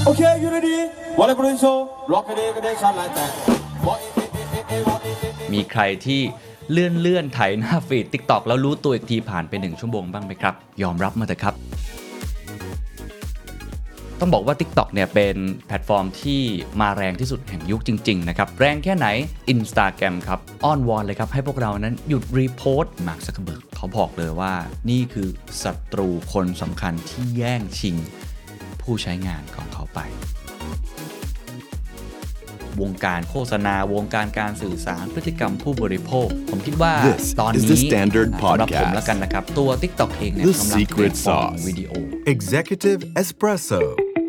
Okay, you ready? What are you so? Rock it, get it, shot like that. มีใครที่เลื่อนไถหน้าฟีด TikTok แล้วรู้ตัวอีกทีผ่านไป1ชั่วโมงบ้างไหมครับยอมรับมาเถอะครับต้องบอกว่า TikTok เนี่ยเป็นแพลตฟอร์มที่มาแรงที่สุดแห่งยุคจริงๆนะครับแรงแค่ไหน Instagram ครับอ้อนวอนเลยครับให้พวกเรานั้นหยุดรีโพสต์มาร์ค ซักเคอร์เบิร์กเขาบอกเลยว่านี่คือศัตรูคนสำคัญที่แย่งชิงผู้ใช้งานของเขาไปวงการโฆษณาวงการสื่อสารพฤติกรรมผู้บริโภคผมคิดว่าตอนนี้สำหรับผมแล้วกันนะครับตัว TikTok เองเนี่ยกำลังเปลี่ยนฟอร์มวิดีโอ Executive Espresso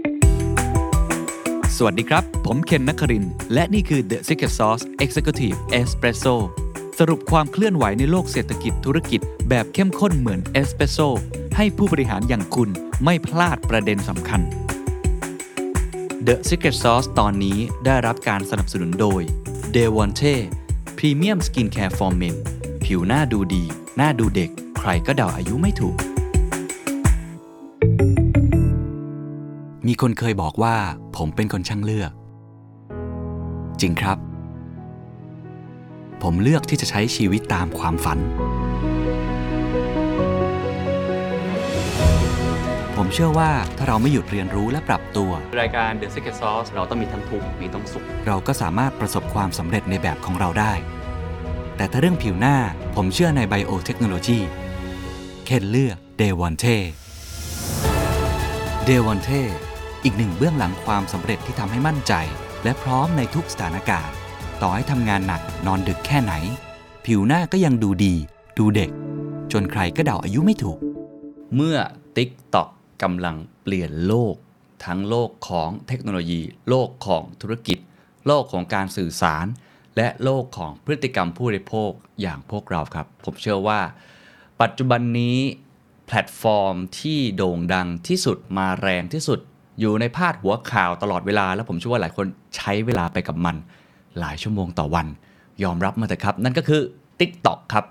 สวัสดีครับผมเคนนครินทร์และนี่คือ The Secret Sauce Executive Espresso สรุปความเคลื่อนไหวในโลกเศรษฐกิจธุรกิจแบบเข้มข้นเหมือนเอสเปรสโซ่ให้ผู้บริหารอย่างคุณไม่พลาดประเด็นสำคัญ The Secret Sauce ตอนนี้ได้รับการสนับสนุนโดย Devonte Premium Skincare for Men ผิวหน้าดูดีหน้าดูเด็กใครก็เดาอายุไม่ถูกมีคนเคยบอกว่าผมเป็นคนช่างเลือกจริงครับผมเลือกที่จะใช้ชีวิตตามความฝันผมเชื่อว่าถ้าเราไม่หยุดเรียนรู้และปรับตัวรายการ The Secret Sauce เราต้องมีทั้งทุกข์มีทั้งสุขเราก็สามารถประสบความสำเร็จในแบบของเราได้แต่ถ้าเรื่องผิวหน้าผมเชื่อในไบโอเทคโนโลยีเคนเลือก Devonteอีกหนึ่งเบื้องหลังความสำเร็จที่ทำให้มั่นใจและพร้อมในทุกสถานการณ์ต่อให้ทำงานหนักนอนดึกแค่ไหนผิวหน้าก็ยังดูดีดูเด็กจนใครก็เดาอายุไม่ถูกเมื่อ TikTok กำลังเปลี่ยนโลกทั้งโลกของเทคโนโลยีโลกของธุรกิจโลกของการสื่อสารและโลกของพฤติกรรมผู้บริโภคอย่างพวกเราครับผมเชื่อว่าปัจจุบันนี้แพลตฟอร์มที่โด่งดังที่สุดมาแรงที่สุดอยู่ในพาดหัวข่าวตลอดเวลาแล้วผมเชื่อว่าหลายคนใช้เวลาไปกับมันหลายชั่วโมงต่อวันยอมรับมาเถอะครับนั่นก็คือ TikTok ครับ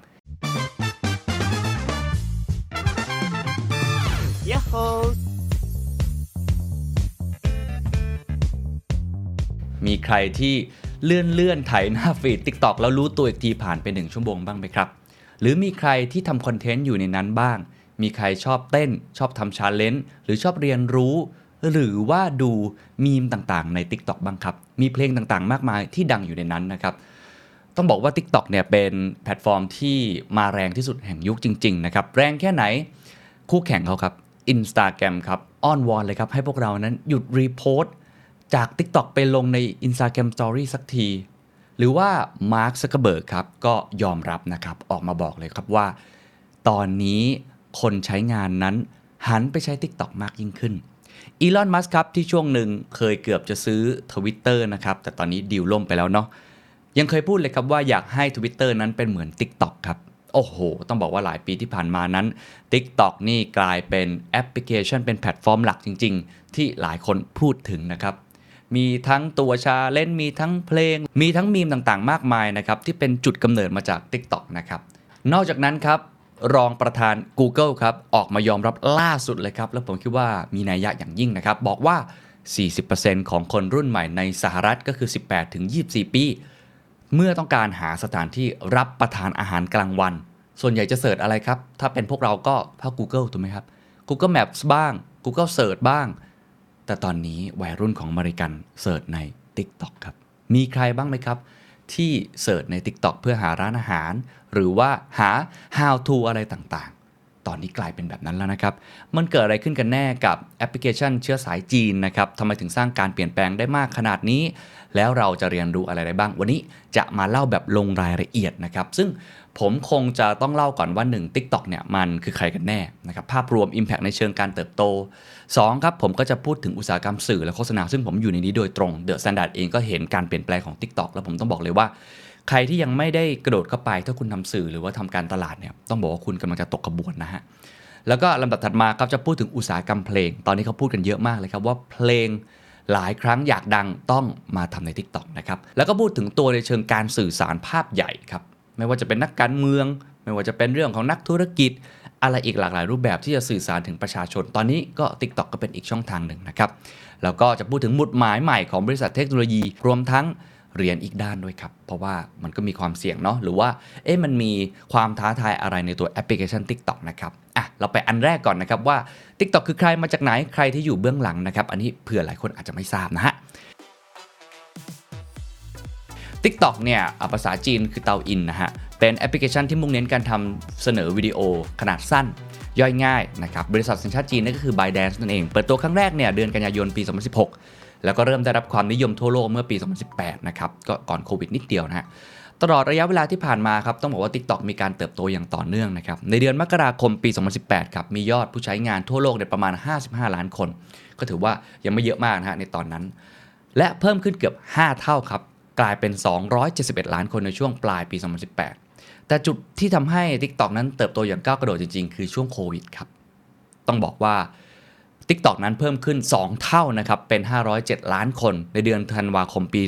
มีใครที่เลื่อนไถหน้าฟีด TikTok แล้วรู้ตัวอีกทีผ่านไป1ชั่วโมงบ้างไหมครับหรือมีใครที่ทำคอนเทนต์อยู่ในนั้นบ้างมีใครชอบเต้นชอบทำชาเลนจ์หรือชอบเรียนรู้หรือว่าดูมีมต่างๆใน TikTok บ้างครับมีเพลงต่างๆมากมายที่ดังอยู่ในนั้นนะครับต้องบอกว่า TikTok เนี่ยเป็นแพลตฟอร์มที่มาแรงที่สุดแห่งยุคจริงๆนะครับแรงแค่ไหนคู่แข่งเขาครับ Instagram ครับอ้อนวอนเลยครับให้พวกเรานั้นหยุดรีโพสต์จาก TikTok ไปลงใน Instagram Story สักทีหรือว่า Mark Zuckerberg ครับก็ยอมรับนะครับออกมาบอกเลยครับว่าตอนนี้คนใช้งานนั้นหันไปใช้ TikTok มากยิ่งขึ้นอีลอน มัสก์ครับที่ช่วงหนึ่งเคยเกือบจะซื้อ Twitter นะครับแต่ตอนนี้ดีลล่มไปแล้วเนาะยังเคยพูดเลยครับว่าอยากให้ Twitter นั้นเป็นเหมือน TikTok ครับโอ้โหต้องบอกว่าหลายปีที่ผ่านมานั้น TikTok นี่กลายเป็นแอปพลิเคชันเป็นแพลตฟอร์มหลักจริงๆที่หลายคนพูดถึงนะครับมีทั้งตัวชาเลนจ์มีทั้งเพลงมีทั้งมีมต่างๆมากมายนะครับที่เป็นจุดกำเนิดมาจาก TikTok นะครับนอกจากนั้นครับรองประธาน Google ครับออกมายอมรับล่าสุดเลยครับแล้วผมคิดว่ามีนัยยะอย่างยิ่งนะครับบอกว่า 40% ของคนรุ่นใหม่ในสหรัฐก็คือ 18-24 ปีเมื่อต้องการหาสถานที่รับประทานอาหารกลางวันส่วนใหญ่จะเสิร์ชอะไรครับถ้าเป็นพวกเราก็เข้า Google ถูกไหมครับ Google Maps บ้าง Google Search บ้างแต่ตอนนี้วัยรุ่นของอเมริกันเสิร์ชใน TikTok ครับมีใครบ้างไหมครับที่เสิร์ชใน TikTok เพื่อหาร้านอาหารหรือว่าหา how to อะไรต่างๆตอนนี้กลายเป็นแบบนั้นแล้วนะครับมันเกิดอะไรขึ้นกันแน่กับแอปพลิเคชันเชื้อสายจีนนะครับทำไมถึงสร้างการเปลี่ยนแปลงได้มากขนาดนี้แล้วเราจะเรียนรู้อะไรได้บ้างวันนี้จะมาเล่าแบบลงรายละเอียดนะครับซึ่งผมคงจะต้องเล่าก่อนว่า 1 TikTok เนี่ยมันคือใครกันแน่นะครับภาพรวม Impact ในเชิงการเติบโต 2 ครับผมก็จะพูดถึงอุตสาหกรรมสื่อและโฆษณาซึ่งผมอยู่ในนี้โดยตรง The Standard เองก็เห็นการเปลี่ยนแปลงของ TikTok แล้วผมต้องบอกเลยว่าใครที่ยังไม่ได้กระโดดเข้าไปถ้าคุณทำสื่อหรือว่าทำการตลาดเนี่ยต้องบอกว่าคุณกำลังจะตกขบวนนะฮะแล้วก็ลำดับถัดมาครับจะพูดถึงอุตสาหกรรมเพลงตอนนี้เขาพูดกันเยอะมากเลยครับว่าเพลงหลายครั้งอยากดังต้องมาทำใน TikTok นะครับแล้วก็พูดถึงตัวในเชิงการสื่อสารภาพใหญ่ครับไม่ว่าจะเป็นนักการเมืองไม่ว่าจะเป็นเรื่องของนักธุรกิจอะไรอีกหลากหลายรูปแบบที่จะสื่อสารถึงประชาชนตอนนี้ก็ TikTok ก็เป็นอีกช่องทางหนึ่งนะครับแล้วก็จะพูดถึงหมุดหมายใหม่ของบริษัทเทคโนโลยีรวมทั้งเหรียญอีกด้านด้วยครับเพราะว่ามันก็มีความเสี่ยงเนาะหรือว่ามันมีความท้าทายอะไรในตัวแอปพลิเคชัน TikTok นะครับเราไปอันแรกก่อนนะครับว่า TikTok คือใครมาจากไหนใครที่อยู่เบื้องหลังนะครับอันนี้เผื่อหลายคนอาจจะไม่ทราบนะฮะ TikTok เนี่ยภาษาจีนคือเตาอินนะฮะเป็นแอปพลิเคชันที่มุ่งเน้นการทำเสนอวิดีโอขนาดสั้นย่อยง่ายนะครับบริษัทสัญชาติจีนนั่นก็คือ ByteDance นั่นเองเปิดตัวครั้งแรกเนี่ยเดือนกันยายนปี 2016 แล้วก็เริ่มได้รับความนิยมทั่วโลกเมื่อปี 2018 นะครับก็ก่อนโควิดนิดเดียวนะฮะตลอดระยะเวลาที่ผ่านมาครับต้องบอกว่า TikTok มีการเติบโตอย่างต่อเนื่องนะครับในเดือนมกราคมปี 2018 ครับมียอดผู้ใช้งานทั่วโลกในประมาณ 55 ล้านคนก็ถือว่ายังไม่เยอะมากนะฮะในตอนนั้นและเพิ่มขึ้นเกือบ 5 เท่าครับกลายเป็น 271 ล้านคนในช่วงปลายปี 2018 แต่จุดที่ทำให้ TikTok นั้นเติบโตอย่างก้าวกระโดดจริงๆคือช่วงโควิดครับต้องบอกว่า TikTok นั้นเพิ่มขึ้น 2 เท่านะครับเป็น 507 ล้านคนในเดือนธันวาคมปี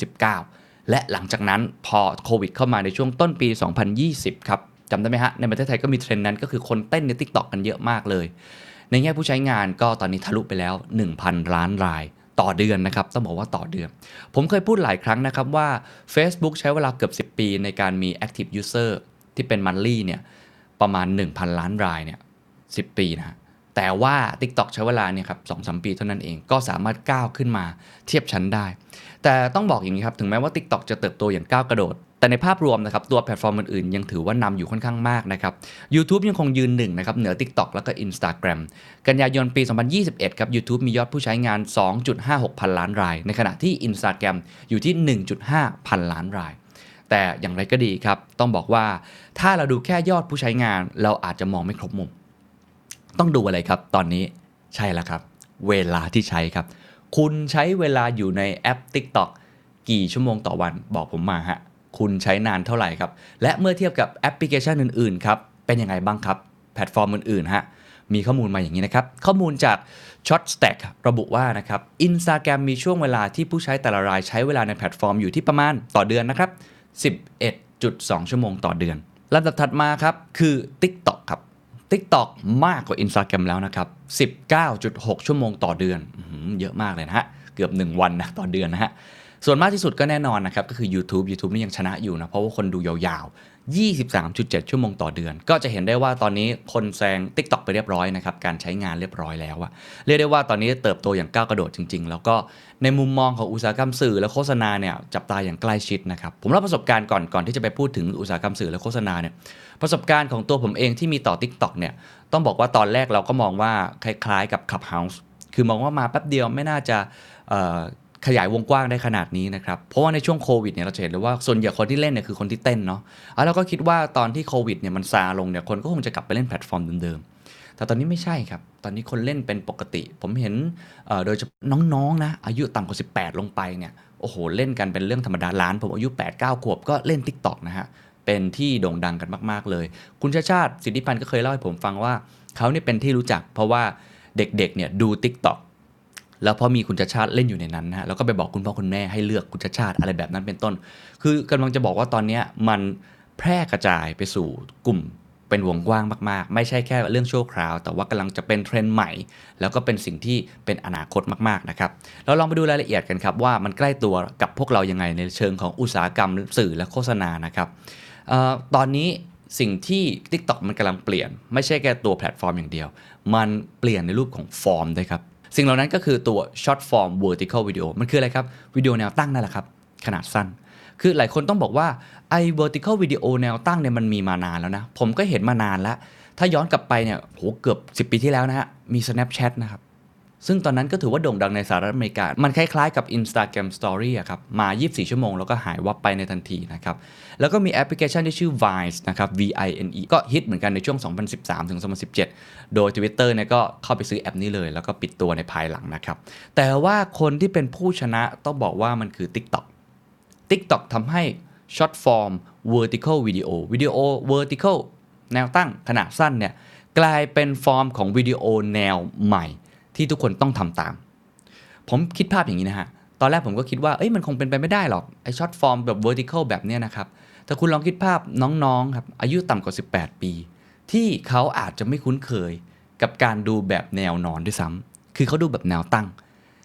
2019 และหลังจากนั้นพอโควิดเข้ามาในช่วงต้นปี 2020 ครับจำได้ไหมฮะในประเทศไทยก็มีเทรนด์นั้นก็คือคนเต้นใน TikTok กันเยอะมากเลยในแง่ผู้ใช้งานก็ตอนนี้ทะลุไปแล้ว 1,000 ล้านรายต่อเดือนนะครับต้องบอกว่าต่อเดือนผมเคยพูดหลายครั้งนะครับว่า Facebook ใช้เวลาเกือบ10 ปีในการมี Active User ที่เป็น Monthly เนี่ยประมาณ 1,000 ล้านรายเนี่ย10 ปีนะแต่ว่า TikTok ใช้เวลาเนี่ยครับ 2-3 ปีเท่านั้นเองก็สามารถก้าวขึ้นมาเทียบชั้นได้แต่ต้องบอกอย่างนี้ครับถึงแม้ว่า TikTok จะเติบโตอย่างก้าวกระโดดแต่ในภาพรวมนะครับตัวแพลตฟอร์มอื่นๆยังถือว่านำอยู่ค่อนข้างมากนะครับ YouTube ยังคงยืนหนึ่งนะครับเหนือ TikTok แล้วก็ Instagram กันยายนปี 2021 ครับ YouTube มียอดผู้ใช้งาน 2.56 พันล้านรายในขณะที่ Instagram อยู่ที่ 1.5 พันล้านรายแต่อย่างไรก็ดีครับต้องบอกว่าถ้าเราดูแค่ยอดผู้ใช้งานเราอาจจะมองไม่ครบมุมต้องดูอะไรครับตอนนี้ใช่แล้วครับเวลาที่ใช้ครับคุณใช้เวลาอยู่ในแอป TikTok กี่ชั่วโมงต่อวันบอกผมมาฮะคุณใช้นานเท่าไหร่ครับและเมื่อเทียบกับแอปพลิเคชันอื่นๆครับเป็นยังไงบ้างครับแพลตฟอร์มอื่นๆฮะมีข้อมูลมาอย่างนี้นะครับข้อมูลจาก Shortstack ระบุว่านะครับ Instagram มีช่วงเวลาที่ผู้ใช้แต่ละรายใช้เวลาในแพลตฟอร์มอยู่ที่ประมาณต่อเดือนนะครับ 11.2 ชั่วโมงต่อเดือนลำดับถัดมาครับคือ TikTok ครับ TikTok มากกว่า Instagram แล้วนะครับ 19.6 ชั่วโมงต่อเดือนเยอะมากเลยนะฮะเกือบ1วันนะต่อเดือนนะฮะส่วนมากที่สุดก็แน่นอนนะครับก็คือ YouTube นี่ยังชนะอยู่นะเพราะว่าคนดูยาวๆ 23.7 ชั่วโมงต่อเดือนก็จะเห็นได้ว่าตอนนี้คนแซง TikTok ไปเรียบร้อยนะครับการใช้งานเรียบร้อยแล้วอะเรียกได้ว่าตอนนี้เติบโตอย่างก้าวกระโดดจริงๆแล้วก็ในมุมมองของอุตสาหกรรมสื่อและโฆษณาเนี่ยจับตาอย่างใกล้ชิดนะครับผมเล่าประสบการณ์ก่อนที่จะไปพูดถึงอุตสาหกรรมสื่อและโฆษณาเนี่ยประสบการณ์ของตัวผมเองที่มีต่อ TikTok เนี่ยต้องบอกว่าตอนแรกเราก็มองว่าคล้ายๆกับ Clubhouse คือมองว่ามาแป๊บเดียวไม่น่าจะขยายวงกว้างได้ขนาดนี้นะครับเพราะว่าในช่วงโควิดเนี่ยเราเห็นเลยว่าส่วนใหญ่คนที่เล่นเนี่ยคือคนที่เต้นเนาะแล้วก็คิดว่าตอนที่โควิดเนี่ยมันซาลงเนี่ยคนก็คงจะกลับไปเล่นแพลตฟอร์มเดิมๆแต่ตอนนี้ไม่ใช่ครับตอนนี้คนเล่นเป็นปกติผมเห็นโดยเฉพาะน้องๆนะอายุต่ำกว่า18ลงไปเนี่ยโอ้โหเล่นกันเป็นเรื่องธรรมดาล้านผมอายุ 8-9 ขวบก็เล่น TikTok นะฮะเป็นที่โด่งดังกันมากๆเลยคุณชาติสิทธิพันธ์ก็เคยเล่าให้ผมฟังว่าเขาเนี่ยเป็นที่รู้จักเพราะว่าเด็กๆเนี่ยดู TikTokแล้วพอมีคุณชาติเล่นอยู่ในนั้นนะฮะแล้วก็ไปบอกคุณพ่อคุณแม่ให้เลือกคุณชาติอะไรแบบนั้นเป็นต้นคือกำลังจะบอกว่าตอนนี้มันแพร่กระจายไปสู่กลุ่มเป็นวงกว้างมากๆไม่ใช่แค่เรื่องชั่วคราวแต่ว่ากำลังจะเป็นเทรนด์ใหม่แล้วก็เป็นสิ่งที่เป็นอนาคตมากๆนะครับเราลองไปดูรายละเอียดกันครับว่ามันใกล้ตัวกับพวกเรายังไงในเชิงของอุตสาหกรรมสื่อและโฆษณานะครับตอนนี้สิ่งที่ TikTok มันกำลังเปลี่ยนไม่ใช่แค่ตัวแพลตฟอร์มอย่างเดียวมันเปลี่ยนในรูปของฟอร์มด้วยครับสิ่งเหล่านั้นก็คือตัว short form vertical video มันคืออะไรครับวิดีโอแนวตั้งนั่นแหละครับขนาดสั้นคือหลายคนต้องบอกว่าไอ้ vertical video แนวตั้งเนี่ยมันมีมานานแล้วนะผมก็เห็นมานานแล้วถ้าย้อนกลับไปเนี่ยโหเกือบ10 ปีที่แล้วนะฮะมี Snapchat นะครับซึ่งตอนนั้นก็ถือว่าโด่งดังในสหรัฐอเมริกามันคล้ายๆกับ Instagram Story อะครับมา24ชั่วโมงแล้วก็หายวับไปในทันทีนะครับแล้วก็มีแอปพลิเคชันที่ชื่อ Vine นะครับ VINE ก็ฮิตเหมือนกันในช่วง 2013 ถึง 2017 โดย Twitter เนี่ยก็เข้าไปซื้อแอปนี้เลยแล้วก็ปิดตัวในภายหลังนะครับแต่ว่าคนที่เป็นผู้ชนะต้องบอกว่ามันคือ TikTok ทำให้ Short Form Vertical Video Vertical แนวตั้งขนาดสั้นเนี่ยกลายเป็นฟอร์มของวิดีโอแนวใหม่ที่ทุกคนต้องทำตามผมคิดภาพอย่างนี้นะฮะตอนแรกผมก็คิดว่ามันคงเป็นไปไม่ได้หรอกไอ้ช็อตฟอร์มแบบ vertical แบบเนี้ยนะครับแต่คุณลองคิดภาพน้องๆครับอายุต่ำกว่า18ปีที่เขาอาจจะไม่คุ้นเคยกับการดูแบบแนวนอนด้วยซ้ำคือเขาดูแบบแนวตั้ง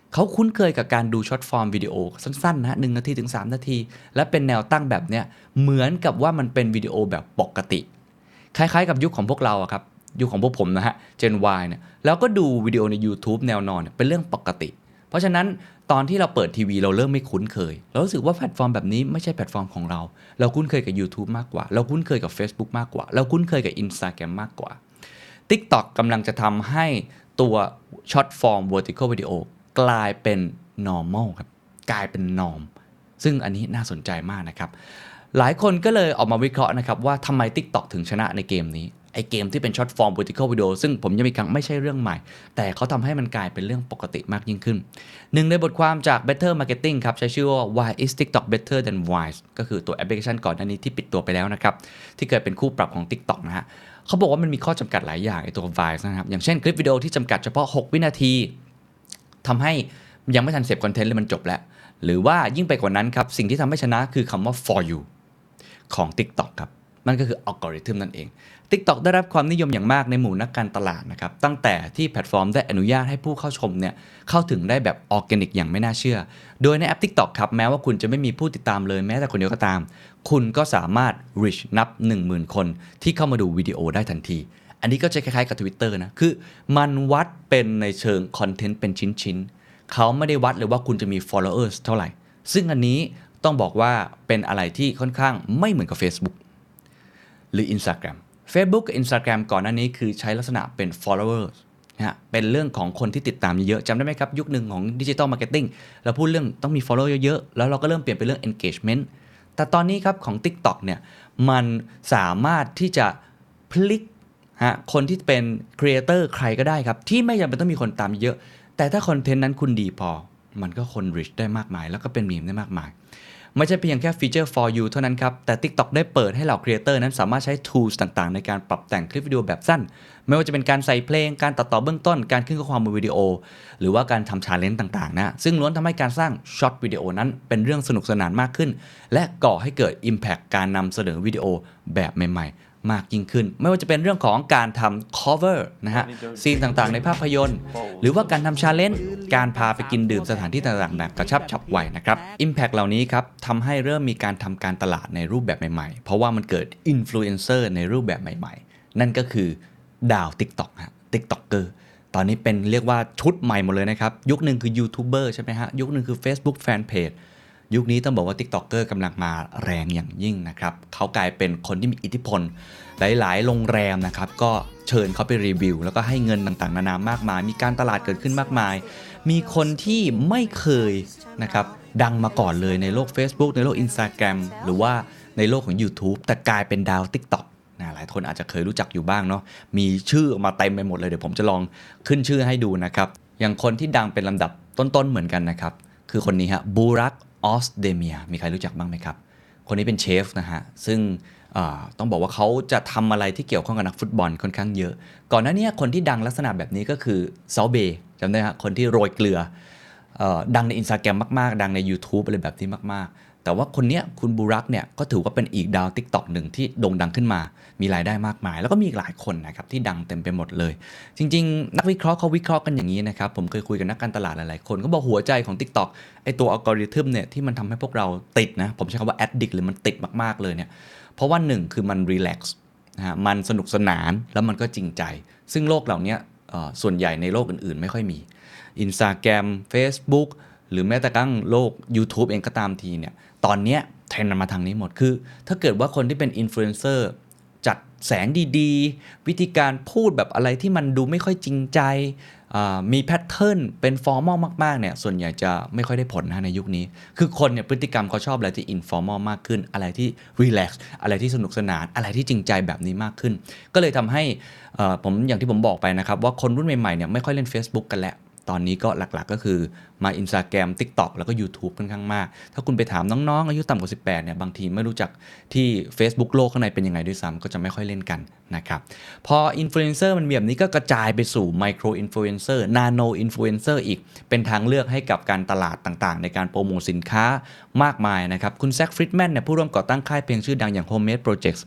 เขาคุ้นเคยกับการดูช็อตฟอร์มวิดีโอสั้นๆนะ1 นาทีถึง 3 นาทีและเป็นแนวตั้งแบบเนี้ยเหมือนกับว่ามันเป็นวิดีโอแบบปกติคล้ายๆกับยุคของพวกเราอะครับยุคของพวกผมนะฮะ Gen Y เนี่ยแล้วก็ดูวิดีโอใน YouTube แนวนอนเป็นเรื่องปกติเพราะฉะนั้นตอนที่เราเปิดทีวีเราเริ่มไม่คุ้นเคยเรารู้สึกว่าแพลตฟอร์มแบบนี้ไม่ใช่แพลตฟอร์มของเราคุ้นเคยกับ YouTube มากกว่าเราคุ้นเคยกับ Facebook มากกว่าเราคุ้นเคยกับ Instagram มากกว่า TikTok กำลังจะทำให้ตัว Short Form Vertical Video กลายเป็น normal ครับกลายเป็น norm ซึ่งอันนี้น่าสนใจมากนะครับหลายคนก็เลยออกมาวิเคราะห์นะครับว่าทำไม TikTok ถึงชนะในเกมนี้ไอเกมที่เป็น Short Form Vertical Video ซึ่งผมยังมีครั้งไม่ใช่เรื่องใหม่แต่เขาทำให้มันกลายเป็นเรื่องปกติมากยิ่งขึ้นหนึ่งในบทความจาก Better Marketing ครับใช้ชื่อว่า Why is TikTok better than Vine ก็คือตัวแอปพลิเคชันก่อนหน้านี้ที่ปิดตัวไปแล้วนะครับที่เคยเป็นคู่ปรับของ TikTok นะฮะเขาบอกว่ามันมีข้อจำกัดหลายอย่างไอตัว Vine นะครับอย่างเช่นคลิปวิดีโอที่จำกัดเฉพาะ6 วินาทีทำให้ยังไม่ทันเสพคอนเทนต์เลยมันจบแล้วหรือว่ายิ่งไปกว่านั้นครับสิ่งที่ทำให้ชนะคือคำว่า for you ของ TikTok ครับนั่นก็คืออัลกอริทึมนั่นเอง TikTok ได้รับความนิยมอย่างมากในหมู่นักการตลาดนะครับตั้งแต่ที่แพลตฟอร์มได้อนุญาตให้ผู้เข้าชมเนี่ยเข้าถึงได้แบบออร์แกนิกอย่างไม่น่าเชื่อโดยในแอป TikTok ครับแม้ว่าคุณจะไม่มีผู้ติดตามเลยแม้แต่คนเดียวก็ตามคุณก็สามารถ reach นับ 10,000 คนที่เข้ามาดูวิดีโอได้ทันทีอันนี้ก็จะคล้ายๆกับ Twitter นะคือมันวัดเป็นในเชิงคอนเทนต์เป็นชิ้นๆเขาไม่ได้วัดเลยว่าคุณจะมี followers เท่าไหร่ซึ่งอันนี้ต้องบอกว่าเป็นอะไรที่ค่อนข้างไม่เหมือนกับ Facebook หรือ Instagram Facebook กับ Instagram ก่อนหน้านี้คือใช้ลักษณะเป็น followers นะฮะเป็นเรื่องของคนที่ติดตามเยอะๆจำได้ไหมครับยุคหนึ่งของ Digital Marketing เราพูดเรื่องต้องมี follow เยอะๆแล้วเราก็เริ่มเปลี่ยนเป็นเรื่อง engagement แต่ตอนนี้ครับของ TikTok เนี่ยมันสามารถที่จะพลิกคนที่เป็น creator ใครก็ได้ครับที่ไม่จำเป็นต้องมีคนตามเยอะแต่ถ้าคอนเทนต์นั้นคุณดีพอมันก็คน reach ได้มากมายแล้วก็เป็นมีมได้มากมายไม่ใช่เพียงแค่ฟีเจอร์ for you เท่านั้นครับแต่ TikTok ได้เปิดให้เหล่าครีเอเตอร์นั้นสามารถใช้ tools ต่างๆในการปรับแต่งคลิปวิดีโอแบบสั้นไม่ว่าจะเป็นการใส่เพลงการตัดต่อเบื้องต้นการขึ้นข้อความบนวิดีโอหรือว่าการทำ challenge ต่างๆนะซึ่งล้วนทำให้การสร้างช็อตวิดีโอนั้นเป็นเรื่องสนุกสนานมากขึ้นและก่อให้เกิด impact การนำเสนอวิดีโอแบบใหม่ๆมากยิ่งขึ้นไม่ว่าจะเป็นเรื่องของการทำ cover นะฮะซีนต่างๆในภาพยนตร์หรือว่าการทำ challenge การพาไปกินดื่มสถานที่ต่างๆแบบกระชับฉับไวนะครับ impact เหล่านี้ครับทำให้เริ่มมีการทำการตลาดในรูปแบบใหม่ๆเพราะว่ามันเกิด influencer ในรูปแบบใหม่ๆนั่นก็คือดาว TikTok ฮะ TikToker ตอนนี้เป็นเรียกว่าชุดใหม่หมดเลยนะครับยุคนึงคือยูทูบเบอร์ใช่ไหมฮะยุคนึงคือ Facebook Fanpageยุคนี้ต้องบอกว่า TikToker กำลังมาแรงอย่างยิ่งนะครับเขากลายเป็นคนที่มีอิทธิพลหลายๆโรงแรมนะครับก็เชิญเขาไปรีวิวแล้วก็ให้เงินต่างๆนานามากมายมีการตลาดเกิดขึ้นมากมายมีคนที่ไม่เคยนะครับดังมาก่อนเลยในโลก Facebook ในโลก Instagram หรือว่าในโลกของ YouTube แต่กลายเป็นดาว TikTok หลายคนอาจจะเคยรู้จักอยู่บ้างเนาะมีชื่อมาเต็มไปหมดเลยเดี๋ยวผมจะลองขึ้นชื่อให้ดูนะครับอย่างคนที่ดังเป็นลำดับต้นๆเหมือนกันนะครับคือคนนี้ฮะบูรักออสเดเมียมีใครรู้จักบ้างไหมครับคนนี้เป็นเชฟนะฮะซึ่งต้องบอกว่าเขาจะทำอะไรที่เกี่ยวข้องกับนักฟุตบอลค่อนข้างเยอะก่อนหน้านี้คนที่ดังลักษณะแบบนี้ก็คือซอเบจำได้ฮะคนที่โรยเกลือดังใน Instagram มากๆดังใน YouTube อะไรแบบนี้มากๆแต่ว่าคนเนี้ยคุณบูรักเนี่ยก็ถือว่าเป็นอีกดาว TikTok หนึ่งที่โด่งดังขึ้นมามีรายได้มากมายแล้วก็มีอีกหลายคนนะครับที่ดังเต็มไปหมดเลยจริงๆนักวิเคราะห์เขาวิเคราะห์กันอย่างนี้นะครับผมเคยคุยกับนักการตลาดหลายๆคนก็บอกหัวใจของ TikTok ไอตัวอัลกอริทึมเนี่ยที่มันทำให้พวกเราติดนะผมใช้คำว่า addict หรือมันติดมากๆเลยเนี่ยเพราะว่าหนึ่งคือมันรีแลกซ์นะฮะมันสนุกสนานแล้วมันก็จริงใจซึ่งโลกเหล่านี้ส่วนใหญ่ในโลกอื่นๆไม่ค่อยมี Instagram Facebook หรือแม้แต่กระทั่งโลก YouTube เองก็ตามทีเนี่ยตอนเนี้ยเทรนด์มันมาทางนี้หมดคือถ้าเกิดว่าคนที่เป็นอินฟลูเอนเซอร์จัดแสงดีๆวิธีการพูดแบบอะไรที่มันดูไม่ค่อยจริงใจมีแพทเทิร์นเป็นฟอร์มอลมากๆเนี่ยส่วนใหญ่จะไม่ค่อยได้ผลนะในยุคนี้คือคนเนี่ยพฤติกรรมเขาชอบอะไรที่อินฟอร์มอลมากขึ้นอะไรที่รีแลกซ์อะไรที่สนุกสนานอะไรที่จริงใจแบบนี้มากขึ้นก็เลยทำให้ผมอย่างที่ผมบอกไปนะครับว่าคนรุ่นใหม่ๆเนี่ยไม่ค่อยเล่น Facebook กันแล้วตอนนี้ก็หลักๆก็คือมา Instagram TikTok แล้วก็ YouTube ค่อนข้างมากถ้าคุณไปถามน้องๆอายุต่ำกว่า18เนี่ยบางทีไม่รู้จักที่ Facebook โลกข้างในเป็นยังไงด้วยซ้ำก็จะไม่ค่อยเล่นกันนะครับพออินฟลูเอนเซอร์มันมีแบบนี้ก็กระจายไปสู่ไมโครอินฟลูเอนเซอร์นาโนอินฟลูเอนเซอร์อีกเป็นทางเลือกให้กับการตลาดต่างๆในการโปรโมทสินค้ามากมายนะครับคุณแซคฟริดแมนเนี่ยผู้ร่วมก่อตั้งค่ายเพลงชื่อดังอย่าง Homemade Projects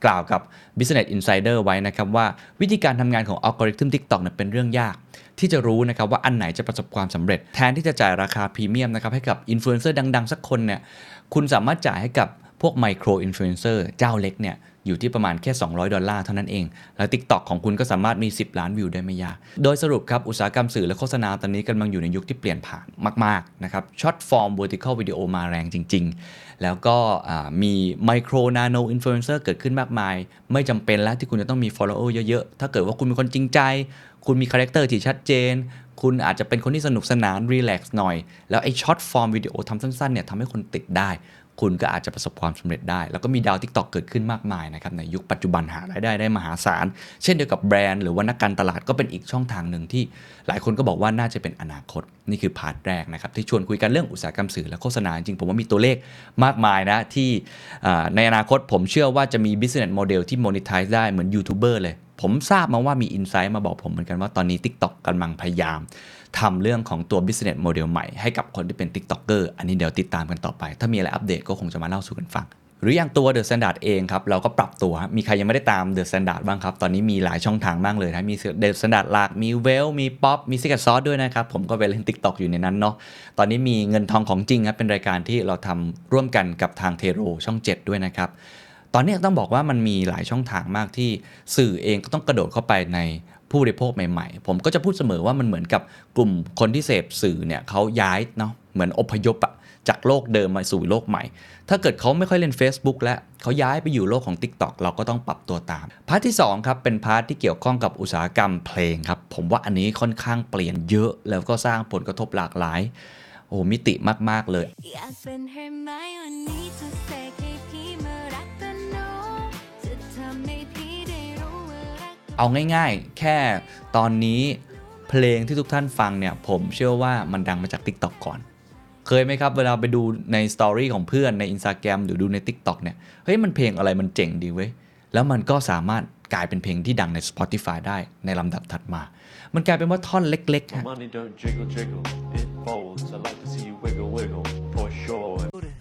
กล่าวกับ Business Insider ไว้นะครับว่าวิธีการทำงานของอัลกอริทึม TikTok เนี่ยเป็นเรื่องยากที่จะรู้นะครับว่าอันไหนจะประสบความสำเร็จแทนที่จะจ่ายราคาพรีเมียมนะครับให้กับอินฟลูเอนเซอร์ดังๆสักคนเนี่ยคุณสามารถจ่ายให้กับพวกไมโครอินฟลูเอนเซอร์เจ้าเล็กเนี่ยอยู่ที่ประมาณแค่$200เท่านั้นเองแล้ว TikTok ของคุณก็สามารถมี10ล้านวิวได้ไม่ยากโดยสรุปครับอุตสาหกรรมสื่อและโฆษณาตอนนี้กำลังอยู่ในยุคที่เปลี่ยนผ่านมากๆนะครับช็อตฟอร์ม vertical video มาแรงจริงๆแล้วก็มีไมโครนาโนอินฟลูเอนเซอร์เกิดขึ้นมากมายไม่จำเป็นแล้วที่คุณจะต้องมี follower เยอะๆถ้าเกิดว่าคุณเป็นคนจริงใจคุณมีคาแรคเตอร์ที่ชัดเจนคุณอาจจะเป็นคนที่สนุกสนานรีแลกซ์หน่อยแล้วไอ้ช็อตฟอร์มวิดีโอทำสั้นๆเนี่ยทำให้คนติดได้คุณก็อาจจะประสบความสำเร็จได้แล้วก็มีดาว TikTok เกิดขึ้นมากมายนะครับในยุคปัจจุบันหารายได้ได้มหาศาลเช่นเดียวกับแบรนด์หรือว่านักการตลาดก็เป็นอีกช่องทางหนึ่งที่หลายคนก็บอกว่าน่าจะเป็นอนาคตนี่คือพาร์ทแรกนะครับที่ชวนคุยกันเรื่องอุตสาหกรรมสื่อและโฆษณาจริงผมว่ามีตัวเลขมากมายนะที่ในอนาคตผมเชื่อว่าจะมี business model ที่ monetize ได้เหมือนยูทูบเบอร์เลยผมทราบมาว่ามี insight มาบอกผมเหมือนกันว่าตอนนี้ TikTok กำลังพยายามทำเรื่องของตัว business model ใหม่ให้กับคนที่เป็น TikToker อันนี้เดี๋ยวติดตามกันต่อไปถ้ามีอะไรอัปเดตก็คงจะมาเล่าสู่กันฟังหรืออย่างตัว The Standard เองครับเราก็ปรับตัวมีใครยังไม่ได้ตาม The Standard บ้างครับตอนนี้มีหลายช่องทางมากเลยนะมี The Standard หลักมี Well มี Pop มี Secret Sauce ด้วยนะครับผมก็ไปเล่น TikTok อยู่ในนั้นเนาะตอนนี้มีเงินทองของจริงครับเป็นรายการที่เราทำร่วมกันกับทาง Tero ช่อง 7 ด้วยนะครับตอนนี้ต้องบอกว่ามันมีหลายช่องทางมากที่สื่อเองก็ต้องกระโดดเข้าไปในผู้บริโภคใหม่ๆผมก็จะพูดเสมอว่ามันเหมือนกับกลุ่มคนที่เสพสื่อเนี่ยเขาย้ายเนาะเหมือนอพยพอะจากโลกเดิมมาสู่โลกใหม่ถ้าเกิดเขาไม่ค่อยเล่น Facebook แล้วเขาย้ายไปอยู่โลกของ TikTok เราก็ต้องปรับตัวตามพาร์ทที่2ครับเป็นพาร์ทที่เกี่ยวข้องกับอุตสาหกรรมเพลงครับผมว่าอันนี้ค่อนข้างเปลี่ยนเยอะแล้วก็สร้างผลกระทบหลากหลายโอ้มิติมากๆเลยอยากเป็นเฮมไมโอนี่จะเสกให้พี่มารักกันโนจะทำให้พี่ได้รู้ว่ารักเอาง่ายๆแค่ตอนนี้เพลงที่ทุกท่านฟังเนี่ยผมเชื่อว่ามันดังมาจาก TikTok ก่อนเคยไหมครับเวลาไปดูในสตอรี่ของเพื่อนใน Instagram หรือดูใน TikTok เนี่ยเฮ้ยมันเพลงอะไรมันเจ๋งดีเว้ยแล้วมันก็สามารถกลายเป็นเพลงที่ดังใน Spotify ได้ในลำดับถัดมามันกลายเป็นว่าท่อนเล็กๆฮะ Money don't jiggle jiggle, it folds. I like to see you wiggle wiggle, for sure.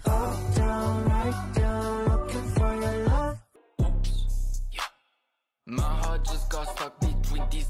My heart just got stuck between these.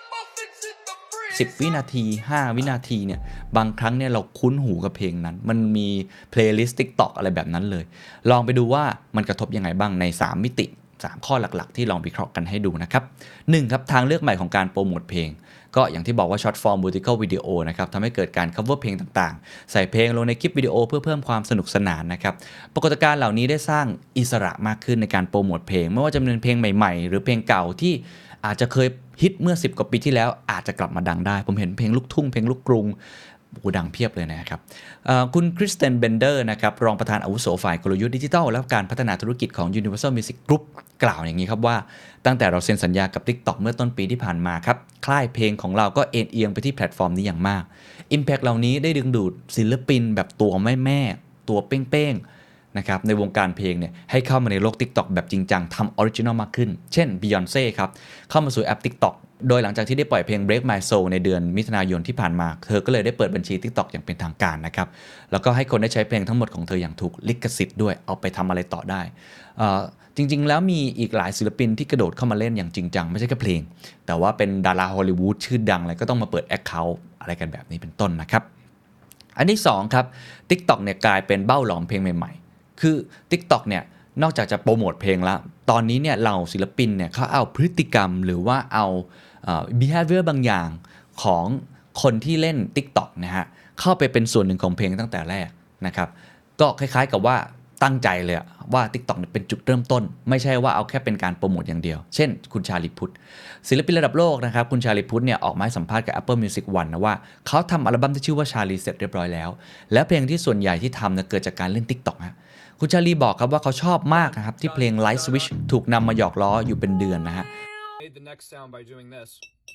10 วินาที5วินาทีเนี่ยบางครั้งเนี่ยเราคุ้นหูกับเพลงนั้นมันมีเพลย์ลิสต์ TikTok อะไรแบบนั้นเลยลองไปดูว่ามันกระทบยังไงบ้างใน3มิติ3ข้อหลักๆที่ลองวิเคราะห์กันให้ดูนะครับ1ครับทางเลือกใหม่ของการโปรโมทเพลงก็อย่างที่บอกว่า Short Form Vertical Video นะครับทำให้เกิดการ cover เพลงต่างๆใส่เพลงลงในคลิปวิดีโอเพื่อเพิ่มความสนุกสนานนะครับปรากฏการณ์เหล่านี้ได้สร้างอิสระมากขึ้นในการโปรโมทเพลงไม่ว่าจะเป็นเพลงใหม่ๆหรือเพลงเก่าที่อาจจะเคยฮิตเมื่อ10กว่าปีที่แล้วอาจจะกลับมาดังได้ผมเห็นเพลงลูกทุ่งเพลงลูกกรุงดังเพียบเลยนะครับคุณคริสเตนเบนเดอร์นะครับรองประธานอาวุโสฝ่ายกลยุทธ์ดิจิทัลและการพัฒนาธุรกิจของ Universal Music Group กล่าวอย่างนี้ครับว่าตั้งแต่เราเซ็นสัญญากับ TikTok เมื่อต้นปีที่ผ่านมาครับค่ายเพลงของเราก็เอียงไปที่แพลตฟอร์มนี้อย่างมาก Impact เหล่านี้ได้ดึงดูดศิลปินแบบตัวแม่ตัวเป้งๆนะครับในวงการเพลงเนี่ยให้เข้ามาในโลก TikTok แบบจริงจังทำออริจินอลมากขึ้นเช่น Beyoncé ครับเข้ามาสู่แอป TikTokโดยหลังจากที่ได้ปล่อยเพลง Break My Soul ในเดือนมิถุนายนที่ผ่านมาเธอก็เลยได้เปิดบัญชี TikTok อย่างเป็นทางการนะครับแล้วก็ให้คนได้ใช้เพลงทั้งหมดของเธออย่างถูกลิขสิทธิ์ด้วยเอาไปทำอะไรต่อได้จริงๆแล้วมีอีกหลายศิลปินที่กระโดดเข้ามาเล่นอย่างจริงจังไม่ใช่แค่เพลงแต่ว่าเป็นดาราฮอลลีวูดชื่อดังอะไรก็ต้องมาเปิด Account อะไรกันแบบนี้เป็นต้นนะครับอันที่2ครับ TikTok เนี่ยกลายเป็นเบ้าหลอมเพลงใหม่ๆคือ TikTok เนี่ยนอกจากจะโปรโมทเพลงแล้วตอนนี้เนี่ยเราศิลปินเนี่ยเขาเอาพฤติกรรมหรือว่าเอาbehavior บางอย่างของคนที่เล่น TikTok นะฮะเข้าไปเป็นส่วนหนึ่งของเพลงตั้งแต่แรกนะครับก็คล้ายๆกับว่าตั้งใจเลยว่า TikTok เป็นจุดเริ่มต้นไม่ใช่ว่าเอาแค่เป็นการโปรโมทอย่างเดียวเช่นคุณชาลีพุทธศิลปินระดับโลกนะครับคุณชาลีพุทธเนี่ยออกมาให้สัมภาษณ์กับ Apple Music One นะว่าเขาทำอัลบั้มที่ชื่อว่าชาลีเสร็จเรียบร้อยแล้วและเพลงที่ส่วนใหญ่ที่ทำเนี่ยเกิดจากการเล่น TikTok ฮะคุณชาลีบอกครับว่าเขาชอบมากนะครับที่เพลง Light Switch ถูกนำมาหยอกล้ออยู่เป็นเดือนนะฮะ The next sound by doing this.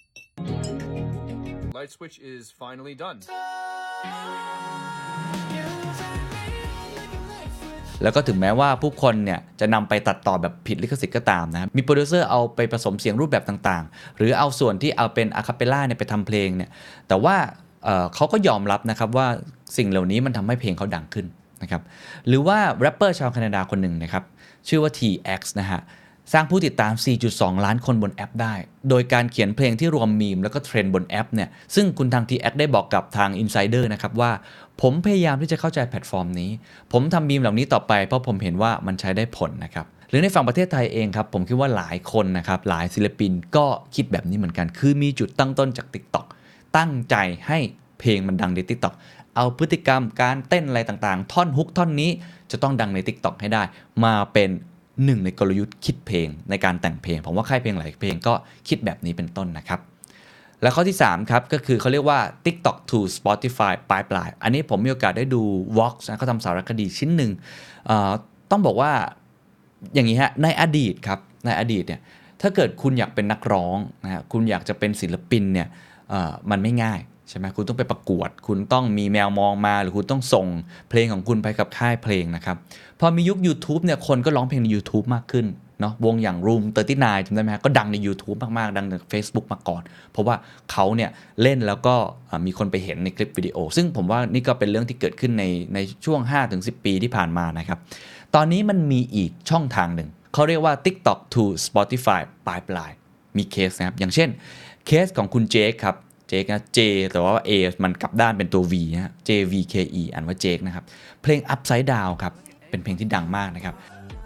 Light switch is finally done. แล้วก็ถึงแม้ว่าผู้คนเนี่ยจะนำไปตัดต่อแบบผิดลิขสิทธิ์ก็ตามนะมีโปรดิวเซอร์เอาไปผสมเสียงรูปแบบต่างๆหรือเอาส่วนที่เอาเป็นอะคาเปลล่าเนี่ยไปทำเพลงเนี่ยแต่ว่าเขาก็ยอมรับนะครับว่าสิ่งเหล่านี้มันทำให้เพลงเขาดังขึ้นนะครับหรือว่าแรปเปอร์ชาวแคนาดาคนหนึ่งนะครับชื่อว่า TX นะฮะสร้างผู้ติดตาม 4.2 ล้านคนบนแอปได้โดยการเขียนเพลงที่รวมมีมแล้วก็เทรนด์บนแอปเนี่ยซึ่งคุณทาง TX ได้บอกกับทาง Insider นะครับว่าผมพยายามที่จะเข้าใจแพลตฟอร์มนี้ผมทำมีมเหล่านี้ต่อไปเพราะผมเห็นว่ามันใช้ได้ผลนะครับหรือในฝั่งประเทศไทยเองครับผมคิดว่าหลายคนนะครับหลายศิลปินก็คิดแบบนี้เหมือนกันคือมีจุดตั้งต้นจาก TikTok ตั้งใจให้เพลงมันดังใน TikTok เอาพฤติกรรมการเต้นอะไรต่างๆท่อนฮุกท่อนนี้จะต้องดังใน TikTok ให้ได้มาเป็นหนึ่งในกลยุทธ์คิดเพลงในการแต่งเพลงผมว่าค่ายเพลงหลายเพลงก็คิดแบบนี้เป็นต้นนะครับและข้อที่3ครับก็คือเขาเรียกว่า TikTok to Spotify Pipeline อันนี้ผมมีโอกาสได้ดู Vox นะเขาทำสารคดีชิ้นหนึ่งต้องบอกว่าอย่างนี้ฮะในอดีตครับในอดีตเนี่ยถ้าเกิดคุณอยากเป็นนักร้องนะฮะคุณอยากจะเป็นศิลปินเนี่ยมันไม่ง่ายใช่ไหมคุณต้องไปประกวดคุณต้องมีแมวมองมาหรือคุณต้องส่งเพลงของคุณไปกับค่ายเพลงนะครับพอมียุค YouTube เนี่ยคนก็ร้องเพลงใน YouTube มากขึ้นเนาะวงอย่าง Room 39จำได้ไหมฮะก็ดังใน YouTube มากๆดังใน Facebook มาก่อนเพราะว่าเขาเนี่ยเล่นแล้วก็มีคนไปเห็นในคลิปวิดีโอซึ่งผมว่านี่ก็เป็นเรื่องที่เกิดขึ้นในช่วง 5-10 ปีที่ผ่านมานะครับตอนนี้มันมีอีกช่องทางหนึ่งเขาเรียกว่า TikTok to Spotify Pipeline มีเคสนะครับอย่างเช่นเคสของคุณเจคครับเจคนะ J แต่ว่า A มันกลับด้านเป็นตัว V นะ JVKE อ่านว่าเจคนะครับเพลง Upside Down ครับเป็นเพลงที่ดังมากนะครับ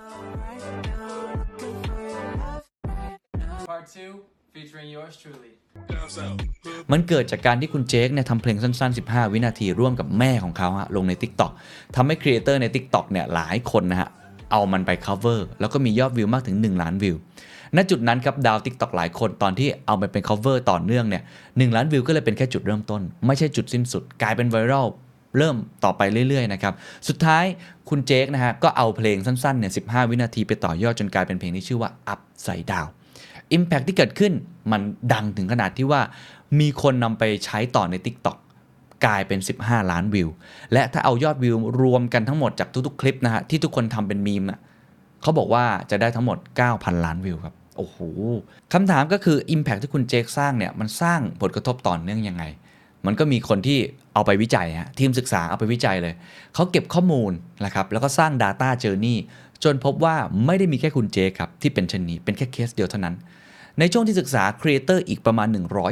Part 2 featuring yours truly. มันเกิดจากการที่คุณเจคเนี่ยทำเพลงสั้นๆ15 วินาทีร่วมกับแม่ของเขาลงใน TikTok ทำให้ครีเอเตอร์ใน TikTok เนี่ยหลายคนนะฮะเอามันไป cover แล้วก็มียอดวิวมากถึง1 ล้านวิวณจุดนั้นครับดาว TikTok หลายคนตอนที่เอาไปเป็น cover ต่อเนื่องเนี่ย1 ล้านวิวก็เลยเป็นแค่จุดเริ่มต้นไม่ใช่จุดสิ้นสุดกลายเป็นไวรัลเริ่มต่อไปเรื่อยๆนะครับสุดท้ายคุณเจคนะฮะก็เอาเพลงสั้นๆเนี่ย15 วินาทีไปต่อยอดจนกลายเป็นเพลงที่ชื่อว่า Upside Down Impact ที่เกิดขึ้นมันดังถึงขนาดที่ว่ามีคนนำไปใช้ต่อใน TikTok กลายเป็น15 ล้านวิวและถ้าเอายอดวิวรวมกันทั้งหมดจากทุกๆคลิปนะฮะที่ทุกคนทำเป็นมีมเขาบอกว่าจะได้ทั้งหมด 9,000 ล้านวิวครับโอ้โหคำถามก็คือ Impact ที่คุณเจคสร้างเนี่ยมันสร้างผลกระทบต่อเนื่องยังไงมันก็มีคนที่เอาไปวิจัยทีมศึกษาเอาไปวิจัยเลยเขาเก็บข้อมูลนะครับแล้วก็สร้าง Data Journey จนพบว่าไม่ได้มีแค่คุณเจคครับที่เป็นเช่นนี้เป็นแค่เคสเดียวเท่านั้นในช่วงที่ศึกษาครีเอเตอร์อีกประมาณ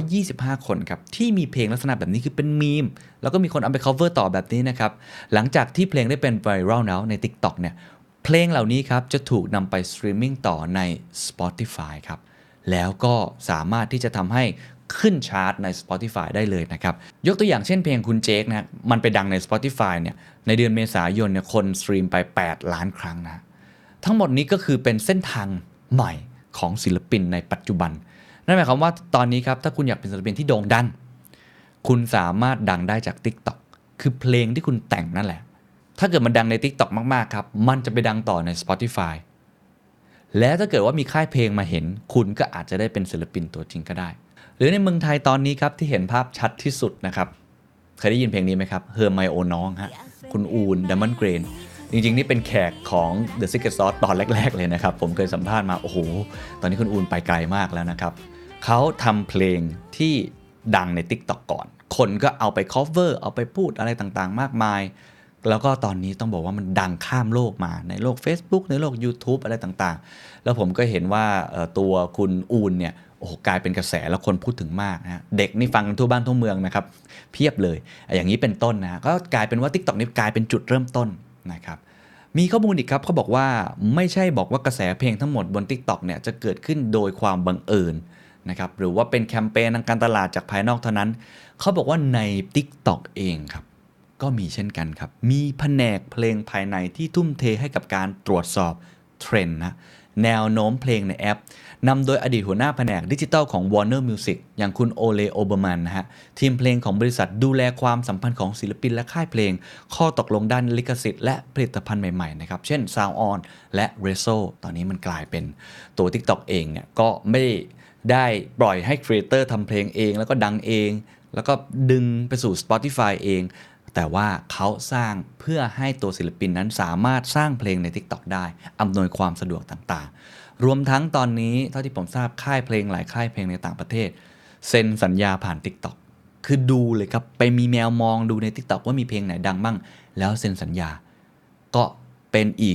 125คนครับที่มีเพลงลักษณะแบบนี้คือเป็นมีมแล้วก็มีคนเอาไป cover ต่อแบบนี้นะครับหลังจากที่เพลงได้เป็นไวรัลแล้วใน TikTok เนี่ยเพลงเหล่านี้ครับจะถูกนำไปสตรีมมิ่งต่อใน Spotify ครับแล้วก็สามารถที่จะทำให้ขึ้นชาร์ตใน Spotify ได้เลยนะครับยกตัวอย่างเช่นเพลงคุณเจคนะมันไปดังใน Spotify เนี่ยในเดือนเมษายนเนี่ยคนสตรีมไป8 ล้านครั้งนะทั้งหมดนี้ก็คือเป็นเส้นทางใหม่ของศิลปินในปัจจุบันนั่นหมายความว่าตอนนี้ครับถ้าคุณอยากเป็นศิลปินที่โด่งดังคุณสามารถดังได้จาก TikTok คือเพลงที่คุณแต่งนั่นแหละถ้าเกิดมันดังใน TikTok มากๆครับมันจะไปดังต่อใน Spotify และถ้าเกิดว่ามีค่ายเพลงมาเห็นคุณก็อาจจะได้เป็นศิลปินตัวจริงก็ได้หรือในเมืองไทยตอนนี้ครับที่เห็นภาพชัดที่สุดนะครับเคยได้ยินเพลงนี้ไหมครับ Her My Own น้องฮะคุณอูน Diamond Grain จริงๆนี่เป็นแขกของ The Secret Sauce ตอนแรกๆเลยนะครับผมเคยสัมภาษณ์มาโอ้โหตอนนี้คุณอูนไปไกลมากแล้วนะครับเขาทำเพลงที่ดังใน TikTok ก่อนคนก็เอาไป cover เอาไปพูดอะไรต่างๆมากมายแล้วก็ตอนนี้ต้องบอกว่ามันดังข้ามโลกมาในโลก Facebook ในโลก YouTube อะไรต่างๆแล้วผมก็เห็นว่าตัวคุณอูนเนี่ยโอ้โหกลายเป็นกระแสแล้วคนพูดถึงมากนะเด็กนี่ฟังทั่วบ้านทั่วเมืองนะครับเพียบเลยอย่างนี้เป็นต้นนะก็กลายเป็นว่า TikTok นี่กลายเป็นจุดเริ่มต้นนะครับมีข้อมูลอีกครับเขาบอกว่าไม่ใช่บอกว่ากระแสเพลงทั้งหมดบน TikTok เนี่ยจะเกิดขึ้นโดยความบังเอิญนะครับหรือว่าเป็นแคมเปญทางการตลาดจากภายนอกเท่านั้นเขาบอกว่าใน TikTok เองครับก็มีเช่นกันครับมีแผนกเพลงภายในที่ทุ่มเทให้กับการตรวจสอบเทรนด์นะแนวโน้มเพลงในแอปนำโดยอดีตหัวหน้าแผนกดิจิทัลของ Warner Music อย่างคุณโอเลโอเบอร์มันนะฮะทีมเพลงของบริษัทดูแลความสัมพันธ์ของศิลปินและค่ายเพลงข้อตกลงด้านลิขสิทธิ์และผลิตภัณฑ์ใหม่ๆนะครับเช่น Sound On และ Rezo ตอนนี้มันกลายเป็นตัว TikTok เองเนี่ยก็ไม่ได้ปล่อยให้ครีเอเตอร์ทำเพลงเองแล้วก็ดังเองแล้วก็ดึงไปสู่ Spotify เองแต่ว่าเขาสร้างเพื่อให้ตัวศิลปินนั้นสามารถสร้างเพลงใน TikTok ได้อำนวยความสะดวกต่างๆรวมทั้งตอนนี้เท่าที่ผมทราบค่ายเพลงหลายค่ายเพลงในต่างประเทศเซ็นสัญญาผ่าน TikTok คือดูเลยครับไปมีแมวมองดูใน TikTok ว่ามีเพลงไหนดังบ้างแล้วเซ็นสัญญาก็เป็นอีก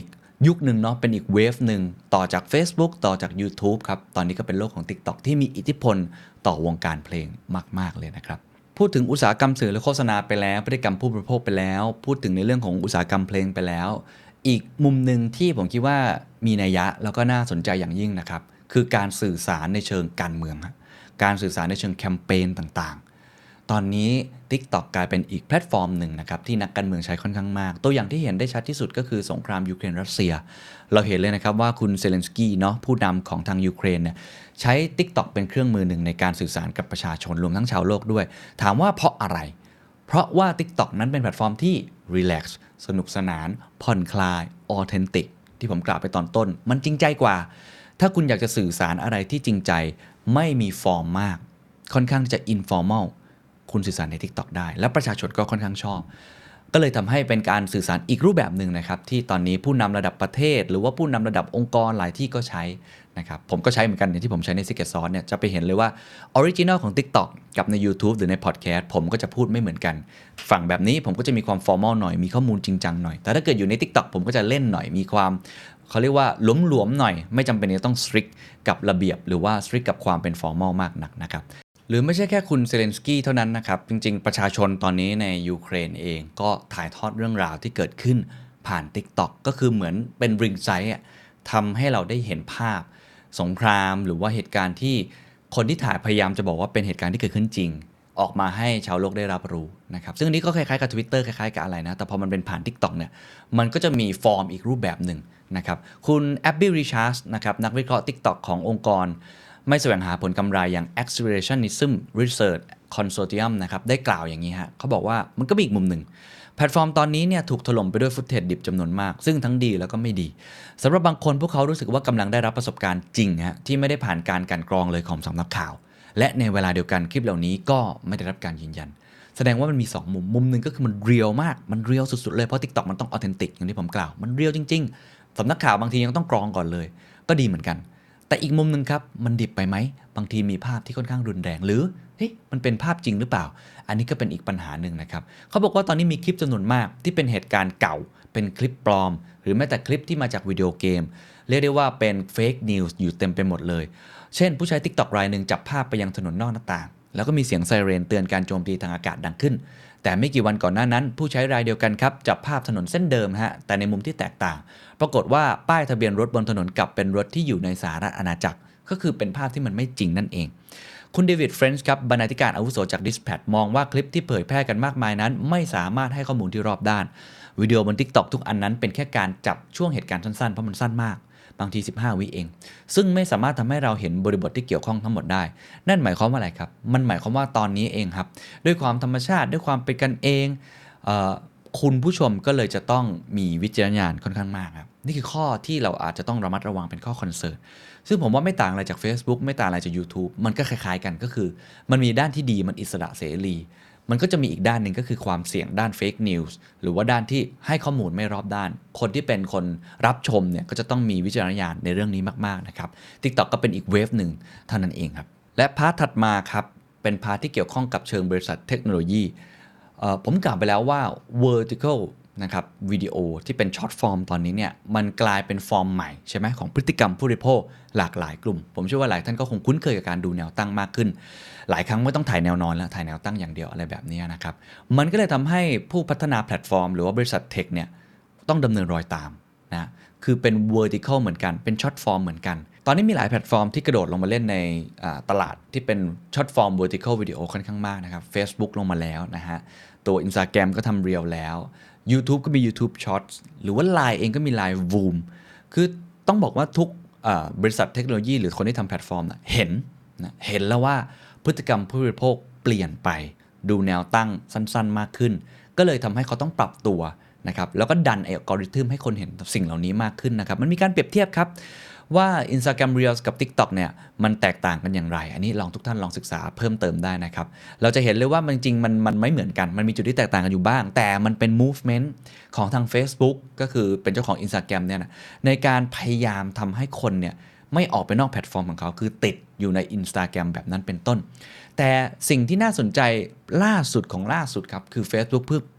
ยุคหนึ่งเนาะเป็นอีกเวฟหนึ่งต่อจาก Facebook ต่อจาก YouTube ครับตอนนี้ก็เป็นโลกของ TikTok ที่มีอิทธิพลต่อวงการเพลงมากๆเลยนะครับพูดถึงอุตสาหกรรมสื่อและโฆษณาไปแล้วพฤติกรรมผู้บริโภคไปแล้วพูดถึงในเรื่องของอุตสาหกรรมเพลงไปแล้วอีกมุมหนึ่งที่ผมคิดว่ามีนัยยะแล้วก็น่าสนใจอย่างยิ่งนะครับคือการสื่อสารในเชิงการเมืองการสื่อสารในเชิงแคมเปญต่างๆตอนนี้ TikTok กลายเป็นอีกแพลตฟอร์มหนึ่งนะครับที่นักการเมืองใช้ค่อนข้างมากตัวอย่างที่เห็นได้ชัดที่สุดก็คือสงครามยูเครนรัสเซียเราเห็นเลยนะครับว่าคุณเซเลนสกี้เนาะผู้นำของทางยูเครนเนี่ยใช้ TikTok เป็นเครื่องมือหนึ่งในการสื่อสารกับประชาชนรวมทั้งชาวโลกด้วยถามว่าเพราะอะไรเพราะว่า TikTok นั้นเป็นแพลตฟอร์มที่รีแลกซ์สนุกสนานผ่อนคลายออเทนติกที่ผมกล่าวไปตอนต้นมันจริงใจกว่าถ้าคุณอยากจะสื่อสารอะไรที่จริงใจไม่มีฟอร์มมากค่อนข้างจะอินฟอร์มัลคุณสื่อสารใน TikTok ได้และประชาชนก็ค่อนข้างชอบก็เลยทำให้เป็นการสื่อสารอีกรูปแบบหนึ่งนะครับที่ตอนนี้ผู้นำระดับประเทศหรือว่าผู้นำระดับองค์กรหลายที่ก็ใช้นะครับผมก็ใช้เหมือนกันที่ผมใช้ใน Secret Sauce เนี่ยจะไปเห็นเลยว่าออริจินัลของ TikTok กับใน YouTube หรือใน Podcast ผมก็จะพูดไม่เหมือนกันฝั่งแบบนี้ผมก็จะมีความฟอร์มอลหน่อยมีข้อมูลจริงจังหน่อยแต่ถ้าเกิดอยู่ใน TikTok ผมก็จะเล่นหน่อยมีความเขาเรียกว่าหลวมๆหน่อยไม่จำเป็นจะต้อง strict กับระเบียบหรือว่า strict กับความเป็นฟอร์มอลมากนักนะครับหรือไม่ใช่แค่คุณเซเลนสกี้เท่านั้นนะครับจริงๆประชาชนตอนนี้ในยูเครนเองก็ถ่ายทอดเรื่องราวที่เกิดขึ้นผ่าน TikTok ก็คือเหมือนเป็นริงไซต์ทำให้เราได้เห็นภาพสงครามหรือว่าเหตุการณ์ที่คนที่ถ่ายพยายามจะบอกว่าเป็นเหตุการณ์ที่เกิดขึ้นจริงออกมาให้ชาวโลกได้รับรู้นะครับซึ่งอันนี้ก็คล้ายๆกับ Twitter คล้ายๆกับอะไรนะแต่พอมันเป็นผ่าน TikTok เนี่ยมันก็จะมีฟอร์มอีกรูปแบบหนึ่งนะครับคุณแอบบี้ริชาร์ดนะครับนักวิเคราะห์ TikTok ขององค์กรไม่แสวงหาผลกำไรอย่าง Accelerationism Research Consortium นะครับได้กล่าวอย่างนี้ฮะเขาบอกว่ามันก็มีอีกมุมหนึ่งแพลตฟอร์มตอนนี้เนี่ยถูกถล่มไปด้วยฟุตเทจดิบจำนวนมากซึ่งทั้งดีแล้วก็ไม่ดีสำหรับบางคนพวกเขารู้สึกว่ากำลังได้รับประสบการณ์จริงฮะที่ไม่ได้ผ่านการกลั่นกรองเลยของสำนักข่าวและในเวลาเดียวกันคลิปเหล่านี้ก็ไม่ได้รับการยืนยันแสดงว่ามันมี2มุมหนึ่งก็คือมันเรียลมากมันเรียลสุดๆเลยเพราะ TikTok มันต้องออเทนติกอย่างที่ผมกล่าวมันเรียลจริงๆสำนักข่าวบางทียังต้องกรองก่อนเลยก็ดีเหมือนกันแต่อีกมุมนึงครับมันดิบไปไหมบางทีมีภาพที่ค่อนข้างรุนแรงหรือเฮ้ยมันเป็นภาพจริงหรือเปล่าอันนี้ก็เป็นอีกปัญหาหนึ่งนะครับเขาบอกว่าตอนนี้มีคลิปจำนวนมากที่เป็นเหตุการณ์เก่าเป็นคลิปปลอมหรือแม้แต่คลิปที่มาจากวิดีโอเกมเรียกได้ว่าเป็นเฟกนิวส์อยู่เต็มไปหมดเลยเช่นผู้ใช้ TikTok รายหนึ่งจับภาพไปยังถนนนอกหน้าต่างแล้วก็มีเสียงไซเรนเตือนการโจมตีทางอากาศดังขึ้นแต่ไม่กี่วันก่อนหน้านั้นผู้ใช้รายเดียวกันครับจับภาพถนนเส้นเดิมฮะแต่ในมุมที่แตกต่างปรากฏว่าป้ายทะเบียนรถบนถนนกลับเป็นรถที่อยู่ในสหรัฐอาณาจักรก็คือเป็นภาพที่มันไม่จริงนั่นเองคุณเดวิดเฟรนช์ครับบรรณาธิการอาวุโสจาก Dispatch มองว่าคลิปที่เผยแพร่กันมากมายนั้นไม่สามารถให้ข้อมูลที่รอบด้านวิดีโอบน TikTok ทุกอันนั้นเป็นแค่การจับช่วงเหตุการณ์สั้นๆเพราะมันสั้นมากบางที15วิเองซึ่งไม่สามารถทำให้เราเห็นบริบทที่เกี่ยวข้องทั้งหมดได้นั่นหมายความว่าอะไรครับมันหมายความว่าตอนนี้เองครับด้วยความธรรมชาติด้วยความเป็นกันเองคุณผู้ชมก็เลยจะต้องมีวิจารณญาณค่อนข้างมากครับนี่คือข้อที่เราอาจจะต้องระมัดระวังเป็นข้อคอนเซิร์นซึ่งผมว่าไม่ต่างอะไรจาก Facebook ไม่ต่างอะไรจาก YouTube มันก็คล้ายๆกันก็คือมันมีด้านที่ดีมันอิสระเสรีมันก็จะมีอีกด้านหนึ่งก็คือความเสี่ยงด้าน Fake News หรือว่าด้านที่ให้ข้อมูลไม่รอบด้านคนที่เป็นคนรับชมเนี่ยก็จะต้องมีวิจารณญาณในเรื่องนี้มากๆนะครับ TikTok ก็เป็นอีกเวฟหนึ่งเท่านั้นเองครับและพาร์ทถัดมาครับเป็นพาร์ทที่เกี่ยวข้องกับเชิงบริษัทเทคโนโลยีผมกล่าวไปแล้วว่า vertical นะครับวิดีโอที่เป็นช็อตฟอร์มตอนนี้เนี่ยมันกลายเป็นฟอร์มใหม่ใช่ไหมของพฤติกรรมผู้บริโภคหลากหลายกลุ่มผมเชื่อว่าหลายท่านก็คงคุ้นเคยกับการดูแนวตั้งมากขึ้นหลายครั้งไม่ต้องถ่ายแนวนอนแล้วถ่ายแนวตั้งอย่างเดียวอะไรแบบนี้นะครับมันก็เลยทำให้ผู้พัฒนาแพลตฟอร์มหรือว่าบริษัทเทคเนี่ยต้องดำเนินรอยตามนะคือเป็น vertical เหมือนกันเป็นช็อตฟอร์มเหมือนกันตอนนี้มีหลายแพลตฟอร์มที่กระโดดลงมาเล่นในตลาดที่เป็นช็อตฟอร์ม vertical วิดีโอค่อนข้างมากนะครับ Facebook ลงมาแล้วนะฮะตัว Instagram ก็ทำ Reel แล้ว YouTube ก็มี YouTube Shorts หรือว่า Line เองก็มี Line Voom คือต้องบอกว่าทุกบริษัทเทคโนโลยีหรือคนที่ทำแพลตฟอร์มเห็นแล้วว่าพฤติกรรมผู้บริโภคเปลี่ยนไปดูแนวตั้งสั้นๆมากขึ้นก็เลยทำให้เขาต้องปรับตัวนะครับแล้วก็ดันอัลกอริทึมให้คนเห็นสิ่งเหล่านี้มากขึ้นนะครับมันมีการเปรียบเทียบครับว่า Instagram Reels กับ TikTok เนี่ยมันแตกต่างกันอย่างไรอันนี้ทุกท่านลองศึกษาเพิ่มเติมได้นะครับเราจะเห็นเลยว่าจริงๆมันไม่เหมือนกันมันมีจุดที่แตกต่างกันอยู่บ้างแต่มันเป็น movement ของทาง Facebook ก็คือเป็นเจ้าของ Instagram เนี่ยนะในการพยายามทำให้คนเนี่ยไม่ออกไปนอกแพลตฟอร์มของเขาคือติดอยู่ใน Instagram แบบนั้นเป็นต้นแต่สิ่งที่น่าสนใจล่าสุดครับคือ Facebook เพิ่ง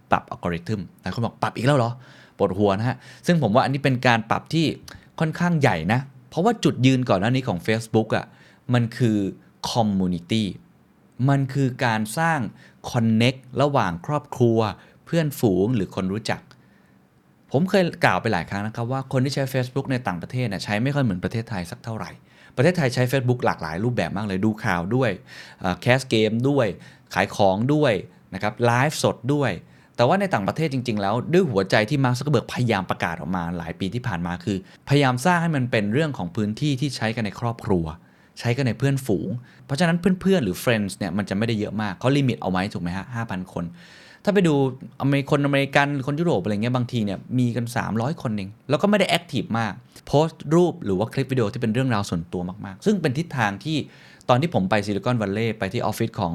ปรับอัลกอริทึมหลายคนบอกปรับอีกแล้วเหรอปวดหัวนะฮะซึ่งผมว่าอันนี้เป็นการปรับที่ค่อนข้างใหญ่นะเพราะว่าจุดยืนก่อนหน้านี้ของ Facebook อ่ะมันคือคอมมูนิตี้มันคือการสร้างคอนเน็กระหว่างครอบครัวเพื่อนฝูงหรือคนรู้จักผมเคยกล่าวไปหลายครั้งนะครับว่าคนที่ใช้ Facebook ในต่างประเทศเนี่ยใช้ไม่ค่อยเหมือนประเทศไทยสักเท่าไหร่ประเทศไทยใช้ Facebook หลากหลายรูปแบบมากเลยดูข่าวด้วยแคสเกมด้วยขายของด้วยนะครับไลฟ์สดด้วยแต่ว่าในต่างประเทศจริงๆแล้วด้วยหัวใจที่มาร์ค ซักเคอร์เบิร์กพยายามประกาศออกมาหลายปีที่ผ่านมาคือพยายามสร้างให้มันเป็นเรื่องของพื้นที่ที่ใช้กันในครอบครัวใช้กันในเพื่อนฝูงเพราะฉะนั้นเพื่อนๆหรือ friends เนี่ยมันจะไม่ได้เยอะมากเขาลิมิตเอาไว้ถูกไหมฮะ 5,000 คนถ้าไปดูคนอเมริกันคนยุโรปอะไรเงี้ยบางทีเนี่ยมีกัน300คนเองแล้วก็ไม่ได้แอคทีฟมากโพสต์รูปหรือว่าคลิปวิดีโอที่เป็นเรื่องราวส่วนตัวมากๆซึ่งเป็นทิศทางที่ตอนที่ผมไปซิลิคอนวัลเลย์ไปที่ออฟฟิศของ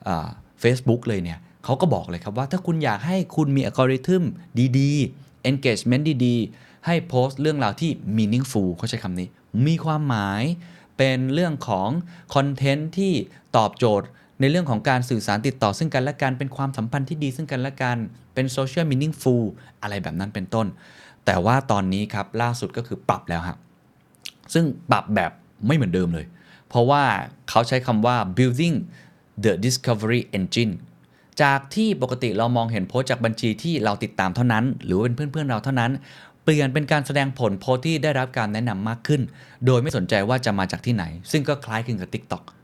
Facebook เลยเนี่ยเขาก็บอกเลยครับว่าถ้าคุณอยากให้คุณมีอัลกอริทึมดีๆ engagement ดีๆให้โพสต์เรื่องราวที่ meaningful เขาใช้คำนี้มีความหมายเป็นเรื่องของคอนเทนต์ที่ตอบโจทย์ในเรื่องของการสื่อสารติดต่อซึ่งกันและกันเป็นความสัมพันธ์ที่ดีซึ่งกันและกันเป็น social meaningful อะไรแบบนั้นเป็นต้นแต่ว่าตอนนี้ครับล่าสุดก็คือปรับแล้วครับซึ่งปรับแบบไม่เหมือนเดิมเลยเพราะว่าเขาใช้คำว่า building the discovery engine จากที่ปกติเรามองเห็นโพสต์จากบัญชีที่เราติดตามเท่านั้นหรือว่าเป็นเพื่อนๆเราเท่านั้นเปลี่ยนเป็นการแสดงผลโพสต์ที่ได้รับการแนะนำมากขึ้นโดยไม่สนใจว่าจะมาจากที่ไหนซึ่งก็คล้ายคลึงกับ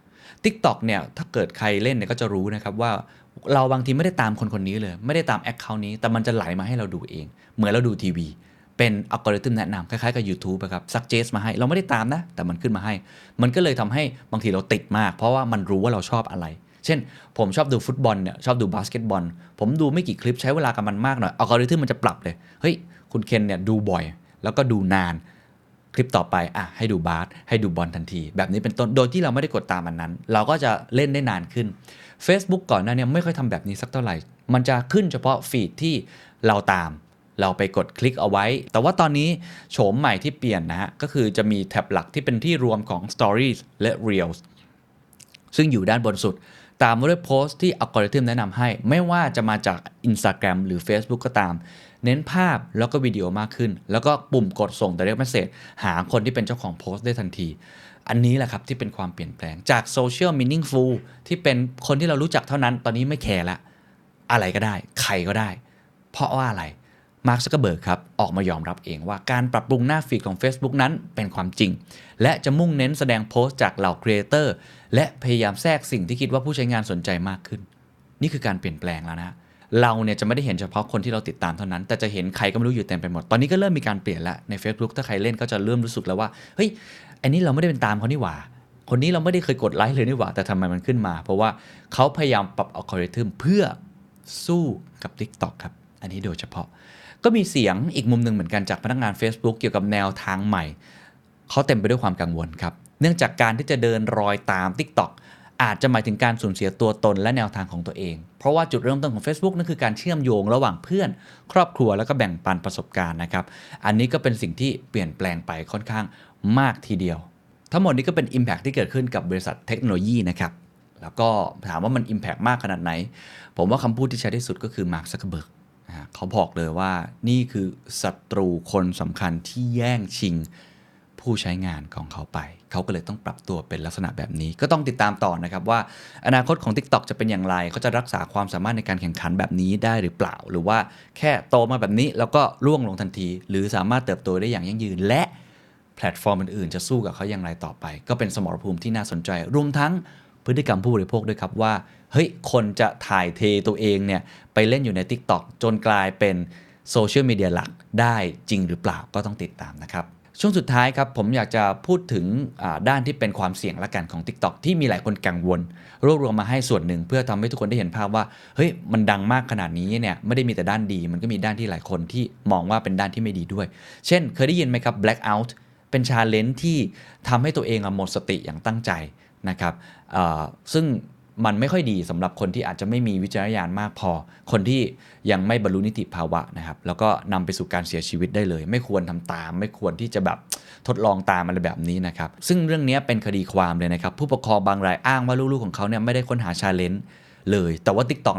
TikTok เนี่ยถ้าเกิดใครเล่นเนี่ยก็จะรู้นะครับว่าเราบางทีไม่ได้ตามคนนี้เลยไม่ได้ตามแอคเคาท์นี้แต่มันจะไหลมาให้เราดูเองเหมือนเราดูทีวีเป็นอัลกอริทึมแนะนำคล้ายๆกับ YouTube ครับ suggest มาให้เราไม่ได้ตามนะแต่มันขึ้นมาให้มันก็เลยทำให้บางทีเราติดมากเพราะว่ามันรู้ว่าเราชอบอะไรเช่นผมชอบดูฟุตบอลเนี่ยชอบดูบาสเกตบอลผมดูไม่กี่คลิปใช้เวลากับมันมากหน่อยอัลกอริทึมมันจะปรับเลยเฮ้ยคุณเคนเนี่ยดูบ่อยแล้วก็ดูนานคลิปต่อไปให้ดูบาสให้ดูบอลทันทีแบบนี้เป็นต้นโดยที่เราไม่ได้กดตามมันนั้นเราก็จะเล่นได้นานขึ้น Facebook ก่อนหน้านี้ไม่ค่อยทำแบบนี้สักเท่าไหร่มันจะขึ้นเฉพาะฟีดที่เราตามเราไปกดคลิกเอาไว้แต่ว่าตอนนี้โฉมใหม่ที่เปลี่ยนนะฮะก็คือจะมีแท็บหลักที่เป็นที่รวมของ Stories และ Reels ซึ่งอยู่ด้านบนสุดตามด้วยโพสต์ที่อัลกอริทึมแนะนำให้ไม่ว่าจะมาจาก Instagram หรือ Facebook ก็ตามเน้นภาพแล้วก็วิดีโอมากขึ้นแล้วก็ปุ่มกดส่ง direct message หาคนที่เป็นเจ้าของโพสต์ได้ทันทีอันนี้แหละครับที่เป็นความเปลี่ยนแปลงจาก social meaningful ที่เป็นคนที่เรารู้จักเท่านั้นตอนนี้ไม่แคร์ละอะไรก็ได้ใครก็ได้เพราะว่าอะไรมาร์ค ซักเคอร์เบิร์กครับออกมายอมรับเองว่าการปรับปรุงหน้าฟีดของ Facebook นั้นเป็นความจริงและจะมุ่งเน้นแสดงโพสต์จากเหล่าครีเอเตอร์และพยายามแทรกสิ่งที่คิดว่าผู้ใช้งานสนใจมากขึ้นนี่คือการเปลี่ยนแปลงแล้วนะเราเนี่ยจะไม่ได้เห็นเฉพาะคนที่เราติดตามเท่านั้นแต่จะเห็นใครก็ไม่รู้อยู่เต็มไปหมดตอนนี้ก็เริ่มมีการเปลี่ยนแล้วใน Facebook ถ้าใครเล่นก็จะเริ่มรู้สึกแล้วว่าเฮ้ยอันนี้เราไม่ได้เป็นตามเขานี่หว่าคนนี้เราไม่ได้เคยกดไลค์เลยนี่หว่าแต่ทำไมมันขึ้นมาเพราะว่าเขาพยายามปรับอัลกอริทึมเพื่อสู้กับ TikTok ครับอันนี้โดยเฉพาะก็มีเสียงอีกมุมนึงเหมือนกันจากพนักงาน Facebook เกี่ยวกับแนวทางใหม่เขาเต็มไปด้วยความกังวลครับเนื่องจากการที่จะเดินรอยตาม TikTok อาจจะหมายถึงการสูญเสียตัวตนและแนวทางของตัวเองเพราะว่าจุดเริ่มต้นของ Facebook นั่นคือการเชื่อมโยงระหว่างเพื่อนครอบครัวแล้วก็แบ่งปันประสบการณ์นะครับอันนี้ก็เป็นสิ่งที่เปลี่ยนแปลงไปค่อนข้างมากทีเดียวทั้งหมดนี้ก็เป็น Impact ที่เกิดขึ้นกับบริษัทเทคโนโลยีนะครับแล้วก็ถามว่ามัน Impact มากขนาดไหนผมว่าคำพูดที่ใช้ที่สุดก็คือมาร์ค ซักเคอร์เบิร์กเขาบอกเลยว่านี่คือศัตรูคนสำคัญที่แย่งชิงผู้ใช้งานของเขาไปเขาก็เลยต้องปรับตัวเป็นลักษณะแบบนี้ก็ต้องติดตามต่อนะครับว่าอนาคตของ TikTok จะเป็นอย่างไรเขาจะรักษาความสามารถในการแข่งขันแบบนี้ได้หรือเปล่าหรือว่าแค่โตมาแบบนี้แล้วก็ร่วงลงทันทีหรือสามารถเติบโตได้อย่างยั่งยืนและแพลตฟอร์มอื่นๆจะสู้กับเขาอย่างไรต่อไปก็เป็นสมรภูมิที่น่าสนใจรวมทั้งพฤติกรรมผู้บริโภคด้วยครับว่าเฮ้ยคนจะถ่ายเทตัวเองเนี่ยไปเล่นอยู่ใน TikTok จนกลายเป็นโซเชียลมีเดียหลักได้จริงหรือเปล่าก็ต้องติดตามนะครับช่วงสุดท้ายครับผมอยากจะพูดถึงด้านที่เป็นความเสี่ยงละกันของ TikTok ที่มีหลายคนกังวลรวบรวมมาให้ส่วนหนึ่งเพื่อทำให้ทุกคนได้เห็นภาพว่าเฮ้ยมันดังมากขนาดนี้เนี่ยไม่ได้มีแต่ด้านดีมันก็มีด้านที่หลายคนที่มองว่าเป็นด้านที่ไม่ดีด้วยเช่นเคยได้ยินไหมครับ blackout เป็น challenge ที่ทำให้ตัวเองหมดสติอย่างตั้งใจนะครับซึ่งมันไม่ค่อยดีสำหรับคนที่อาจจะไม่มีวิจารณญาณมากพอคนที่ยังไม่บรรลุนิติภาวะนะครับแล้วก็นำไปสู่การเสียชีวิตได้เลยไม่ควรทำตามไม่ควรที่จะแบบทดลองตามอะไรแบบนี้นะครับซึ่งเรื่องนี้เป็นคดีความเลยนะครับผู้ปกครองบางรายอ้างว่าลูกๆของเขาเนี่ยไม่ได้ค้นหา challenge เลยแต่ว่า TikTok น่ะ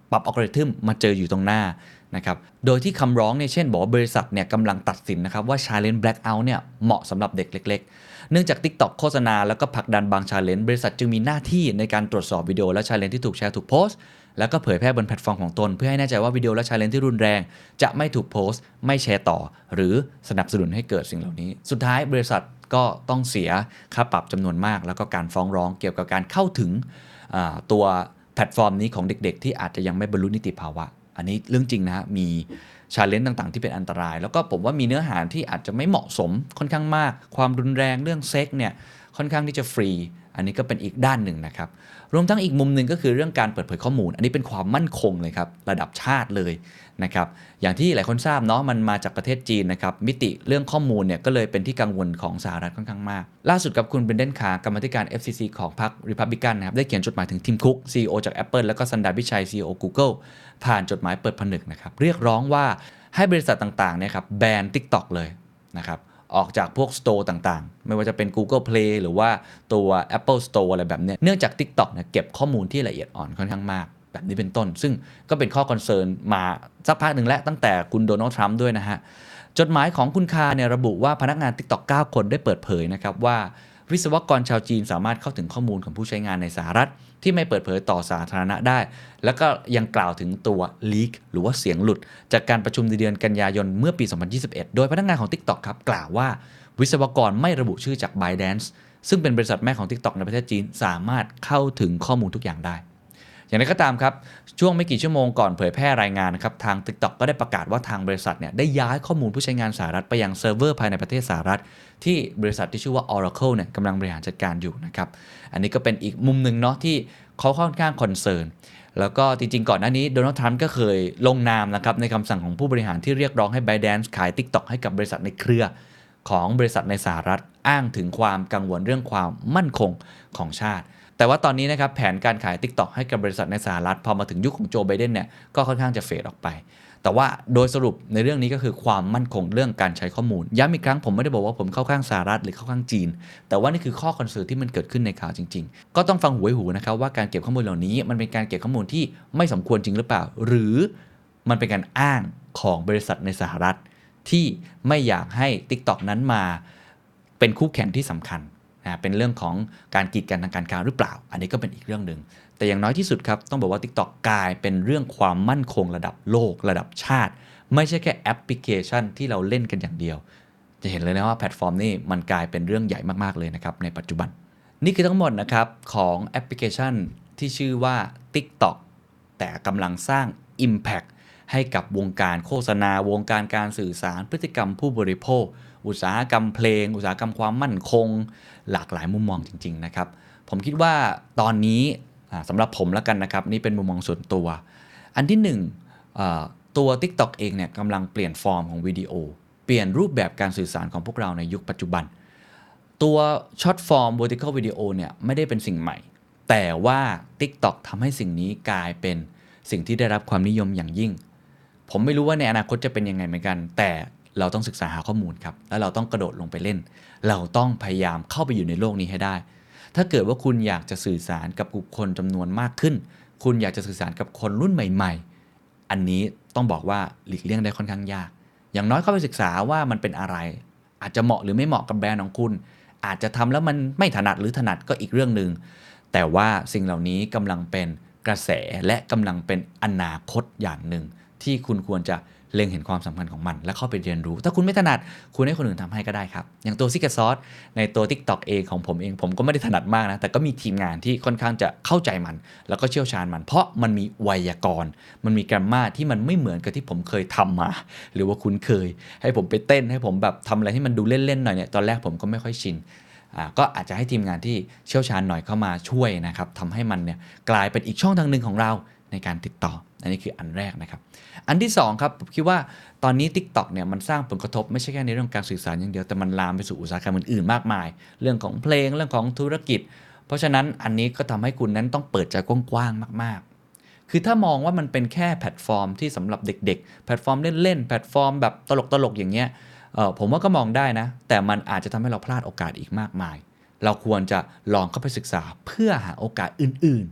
ปรับอัลกอริทึมมาเจออยู่ตรงหน้านะครับโดยที่คำร้องเนี่ยเช่นบอกว่าบริษัทเนี่ยกำลังตัดสินนะครับว่า Challenge Blackout เนี่ยเหมาะสำหรับเด็กเล็กๆเนื่องจาก TikTok โฆษณาแล้วก็ผลักดันบาง Challenge บริษัทจึงมีหน้าที่ในการตรวจสอบวิดีโอและ Challenge ที่ถูกแชร์ถูกโพสต์แล้วก็เผยแพร่บนแพลตฟอร์มของตนเพื่อให้แน่ใจว่าวิดีโอและ Challenge ที่รุนแรงจะไม่ถูกโพสต์ไม่แชร์ต่อหรือสนับสนุนให้เกิดสิ่งเหล่านี้สุดท้ายบริษัทก็ต้องเสียค่าปรับจำนวนมากแล้วก็การฟ้องร้องเกี่ยวกับการเข้าถึงตัวแพลตฟอร์มนี้ของเด็กๆที่อาจจะยังไม่บรรลุนิติภาวะอันนี้เรื่องจริงนะฮะมี challenge ต่างๆที่เป็นอันตรายแล้วก็ผมว่ามีเนื้อหาที่อาจจะไม่เหมาะสมค่อนข้างมากความรุนแรงเรื่องเซ็กเนี่ยค่อนข้างที่จะฟรีอันนี้ก็เป็นอีกด้านหนึ่งนะครับรวมทั้งอีกมุมหนึ่งก็คือเรื่องการเปิดเผยข้อมูลอันนี้เป็นความมั่นคงเลยครับระดับชาติเลยนะครับอย่างที่หลายคนทราบเนาะมันมาจากประเทศจีนนะครับมิติเรื่องข้อมูลเนี่ยก็เลยเป็นที่กังวลของสหรัฐค่อนข้างมากล่าสุดกับคุณเบนเดนคาร์กรรมาธิการ FCC ของพรรค Republican นะครับได้เขียนจดหมายถึงทิมคุก CEO จาก Apple แล้วก็ซันดาร์พิชัย CEO Google ผ่านจดหมายเปิดผนึกนะครับเรียกร้องว่าให้บริษัทต่างๆเนี่ยครับแบน TikTok เลยนะครับออกจากพวก Store ต่างๆไม่ว่าจะเป็น Google Play หรือว่าตัว Apple Store อะไรแบบนี้เนื่องจาก TikTok เนี่ยเก็บข้อมูลที่ละเอียดอ่อนค่อนข้างมากแบบนี้เป็นต้นซึ่งก็เป็นข้อคอนเซิร์นมาสักพักหนึ่งแล้วตั้งแต่คุณโดนัลด์ทรัมป์ด้วยนะฮะจดหมายของคุณคาเนี่ยระบุว่าพนักงาน TikTok 9 คนได้เปิดเผยนะครับว่าวิศวกรชาวจีนสามารถเข้าถึงข้อมูลของผู้ใช้งานในสหรัฐที่ไม่เปิดเผยต่อสาธารณะได้แล้วก็ยังกล่าวถึงตัว leak หรือว่าเสียงหลุดจากการประชุมในเดือนกันยายนเมื่อปี 2021 โดยพนักงานของ TikTok ครับกล่าวว่าวิศวกรไม่ระบุชื่อจาก ByteDance ซึ่งเป็นบริษัทแม่ของ TikTok ในประเทศจีนสามารถเข้าถึงข้อมูลทุกอย่างได้อย่างไรก็ตามครับช่วงไม่กี่ชั่วโมงก่อนเผยแพร่รายงานนะครับทาง TikTok ก็ได้ประกาศว่าทางบริษัทเนี่ยได้ย้ายข้อมูลผู้ใช้งานสหรัฐไปยังเซิร์ฟเวอร์ภายในประเทศสหรัฐที่บริษัทที่ชื่อว่า Oracle เนี่ยกำลังบริหารจัดการอยู่นะครับอันนี้ก็เป็นอีกมุมหนึ่งเนาะที่เขาค่อนข้างคอนเซิร์นแล้วก็จริงๆก่อนหน้านี้โดนัลด์ทรัมป์ก็เคยลงนามนะครับในคำสั่งของผู้บริหารที่เรียกร้องให้ ByteDance ขาย TikTok ให้กับบริษัทในเครือของบริษัทในสหรัฐอ้างถึงความกังวลเรื่องความมั่นคงของชาติแต่ว่าตอนนี้นะครับแผนการขาย TikTok ให้กับบริษัทในสหรัฐพอมาถึงยุคของโจไบเดนเนี่ยก็ค่อนข้างจะเฟดออกไปแต่ว่าโดยสรุปในเรื่องนี้ก็คือความมั่นคงเรื่องการใช้ข้อมูลย้ำอีกครั้งผมไม่ได้บอกว่าผมเข้าข้างสหรัฐหรือเข้าข้างจีนแต่ว่านี่คือข้อคอนเซิร์นที่มันเกิดขึ้นในข่าวจริงๆก็ต้องฟังหูไว้หูนะครับว่าการเก็บข้อมูลเหล่านี้มันเป็นการเก็บข้อมูลที่ไม่สมควรจริงหรือเปล่าหรือมันเป็นการอ้างของบริษัทในสหรัฐที่ไม่อยากให้ TikTok นั้นมาเป็นคู่แข่งที่สำคัญเป็นเรื่องของการกีดกันทางการค้าหรือเปล่าอันนี้ก็เป็นอีกเรื่องนึงแต่อย่างน้อยที่สุดครับต้องบอกว่า TikTok กลายเป็นเรื่องความมั่นคงระดับโลกระดับชาติไม่ใช่แค่แอปพลิเคชันที่เราเล่นกันอย่างเดียวจะเห็นเลยนะว่าแพลตฟอร์มนี้มันกลายเป็นเรื่องใหญ่มากๆเลยนะครับในปัจจุบันนี่คือทั้งหมดนะครับของแอปพลิเคชันที่ชื่อว่า TikTok แต่กำลังสร้าง Impact ให้กับวงการโฆษณาวงการการสื่อสารพฤติกรรมผู้บริโภคอุตสาหกรรมเพลงอุตสาหกรรมความมั่นคงหลากหลายมุมมองจริงๆนะครับผมคิดว่าตอนนี้สำหรับผมแล้วกันนะครับนี่เป็นมุมมองส่วนตัวอันที่1ตัว TikTok เองเนี่ยกำลังเปลี่ยนฟอร์มของวิดีโอเปลี่ยนรูปแบบการสื่อสารของพวกเราในยุคปัจจุบันตัวช็อตฟอร์ม vertical video เนี่ยไม่ได้เป็นสิ่งใหม่แต่ว่า TikTok ทำให้สิ่งนี้กลายเป็นสิ่งที่ได้รับความนิยมอย่างยิ่งผมไม่รู้ว่าในอนาคตจะเป็นยังไงเหมือนกันแต่เราต้องศึกษาหาข้อมูลครับแล้วเราต้องกระโดดลงไปเล่นเราต้องพยายามเข้าไปอยู่ในโลกนี้ให้ได้ถ้าเกิดว่าคุณอยากจะสื่อสารกับบุคคลจำนวนมากขึ้นคุณอยากจะสื่อสารกับคนรุ่นใหม่ๆอันนี้ต้องบอกว่าหลีกเลี่ยงได้ค่อนข้างยากอย่างน้อยเข้าไปศึกษาว่ามันเป็นอะไรอาจจะเหมาะหรือไม่เหมาะกับแบรนด์ของคุณอาจจะทำแล้วมันไม่ถนัดหรือถนัดก็อีกเรื่องนึงแต่ว่าสิ่งเหล่านี้กำลังเป็นกระแสและกำลังเป็นอนาคตอย่างหนึ่งที่คุณควรจะเล็งเห็นความสำคัญของมันและเข้าไปเรียนรู้ถ้าคุณไม่ถนัดคุณให้คนอื่นทำให้ก็ได้ครับอย่างตัว Secret Sauce ในตัว TikTok เองของผมเองผมก็ไม่ได้ถนัดมากนะแต่ก็มีทีมงานที่ค่อนข้างจะเข้าใจมันแล้วก็เชี่ยวชาญมันเพราะมันมีไวยากรณ์มันมีแกรมมาที่มันไม่เหมือนกับที่ผมเคยทำมาหรือว่าคุ้นเคยให้ผมไปเต้นให้ผมแบบทำอะไรที่มันดูเล่นๆหน่อยเนี่ยตอนแรกผมก็ไม่ค่อยชินก็อาจจะให้ทีมงานที่เชี่ยวชาญหน่อยเข้ามาช่วยนะครับทำให้มันเนี่ยกลายเป็นอีกช่องทางหนึ่งของเราในการติดต่ออันนี้คืออันแรกนะครับอันที่2ครับผมคิดว่าตอนนี้ TikTok เนี่ยมันสร้างผลกระทบไม่ใช่แค่ในเรื่องการสื่อสารอย่างเดียวแต่มันลามไปสู่อุตสาหกรรมอื่นๆมากมายเรื่องของเพลงเรื่องของธุรกิจเพราะฉะนั้นอันนี้ก็ทำให้คุณนั้นต้องเปิดใจกว้างๆมากๆคือถ้ามองว่ามันเป็นแค่แพลตฟอร์มที่สำหรับเด็กๆแพลตฟอร์มเล่นๆแพลตฟอร์มแบบตลกๆอย่างเงี้ยผมว่าก็มองได้นะแต่มันอาจจะทำให้เราพลาดโอกาสอีกมากมายเราควรจะลองเข้าไปศึกษาเพื่อหาโอกาสอื่นๆ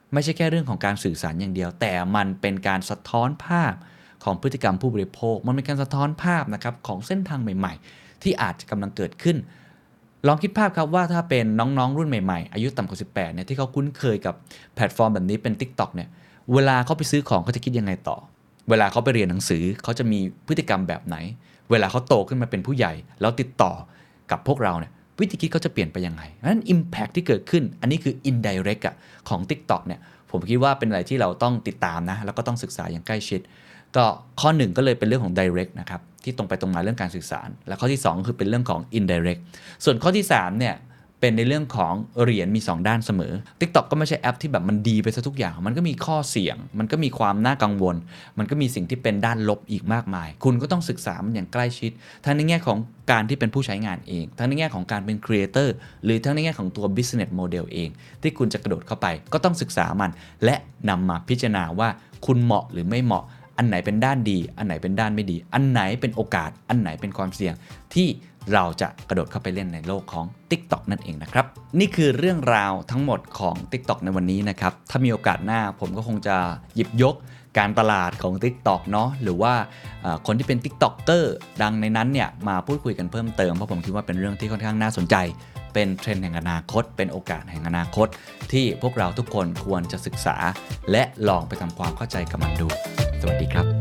ไม่ใช่แค่เรื่องของการสื่อสารอย่างเดียวแต่มันเป็นการสะท้อนภาพของพฤติกรรมผู้บริโภคมันเป็นการสะท้อนภาพนะครับของเส้นทางใหม่ๆที่อาจจะกำลังเกิดขึ้นลองคิดภาพครับว่าถ้าเป็นน้องๆรุ่นใหม่ๆอายุต่ำกว่า18เนี่ยที่เขาคุ้นเคยกับแพลตฟอร์มแบบนี้เป็น TikTok เนี่ยเวลาเขาไปซื้อของเขาจะคิดยังไงต่อเวลาเขาไปเรียนหนังสือเขาจะมีพฤติกรรมแบบไหนเวลาเขาโตขึ้นมาเป็นผู้ใหญ่แล้วติดต่อกับพวกเราเนี่ยวิธีคิดเขาจะเปลี่ยนไปยังไงนั้น impact ที่เกิดขึ้นอันนี้คือ indirect ของ TikTok เนี่ยผมคิดว่าเป็นอะไรที่เราต้องติดตามนะแล้วก็ต้องศึกษาอย่างใกล้ชิดก็ข้อ1ก็เลยเป็นเรื่องของ direct นะครับที่ตรงไปตรงมาเรื่องการสื่อสารและข้อที่2คือเป็นเรื่องของ indirect ส่วนข้อที่3เนี่ยเป็นในเรื่องของเหรียญมี2ด้านเสมอ TikTok ก็ไม่ใช่แอปที่แบบมันดีไปซะทุกอย่างมันก็มีข้อเสี่ยงมันก็มีความน่ากังวลมันก็มีสิ่งที่เป็นด้านลบอีกมากมายคุณก็ต้องศึกษามันอย่างใกล้ชิดทั้งในแง่ของการที่เป็นผู้ใช้งานเองทั้งในแง่ของการเป็นครีเอเตอร์หรือทั้งในแง่ของตัว business model เองที่คุณจะกระโดดเข้าไปก็ต้องศึกษามันและนำมาพิจารณาว่าคุณเหมาะหรือไม่เหมาะอันไหนเป็นด้านดีอันไหนเป็นด้านไม่ดีอันไหนเป็นโอกาสอันไหนเป็นความเสี่ยงที่เราจะกระโดดเข้าไปเล่นในโลกของ TikTok นั่นเองนะครับนี่คือเรื่องราวทั้งหมดของ TikTok ในวันนี้นะครับถ้ามีโอกาสหน้าผมก็คงจะหยิบยกการตลาดของ TikTok เนาะหรือว่าคนที่เป็น TikToker ดังในนั้นเนี่ยมาพูดคุยกันเพิ่มเติมเพราะผมคิดว่าเป็นเรื่องที่ค่อนข้างน่าสนใจเป็นเทรนด์แห่งอนาคตเป็นโอกาสแห่งอนาคตที่พวกเราทุกคนควรจะศึกษาและลองไปทำความเข้าใจกับมันดูสวัสดีครับ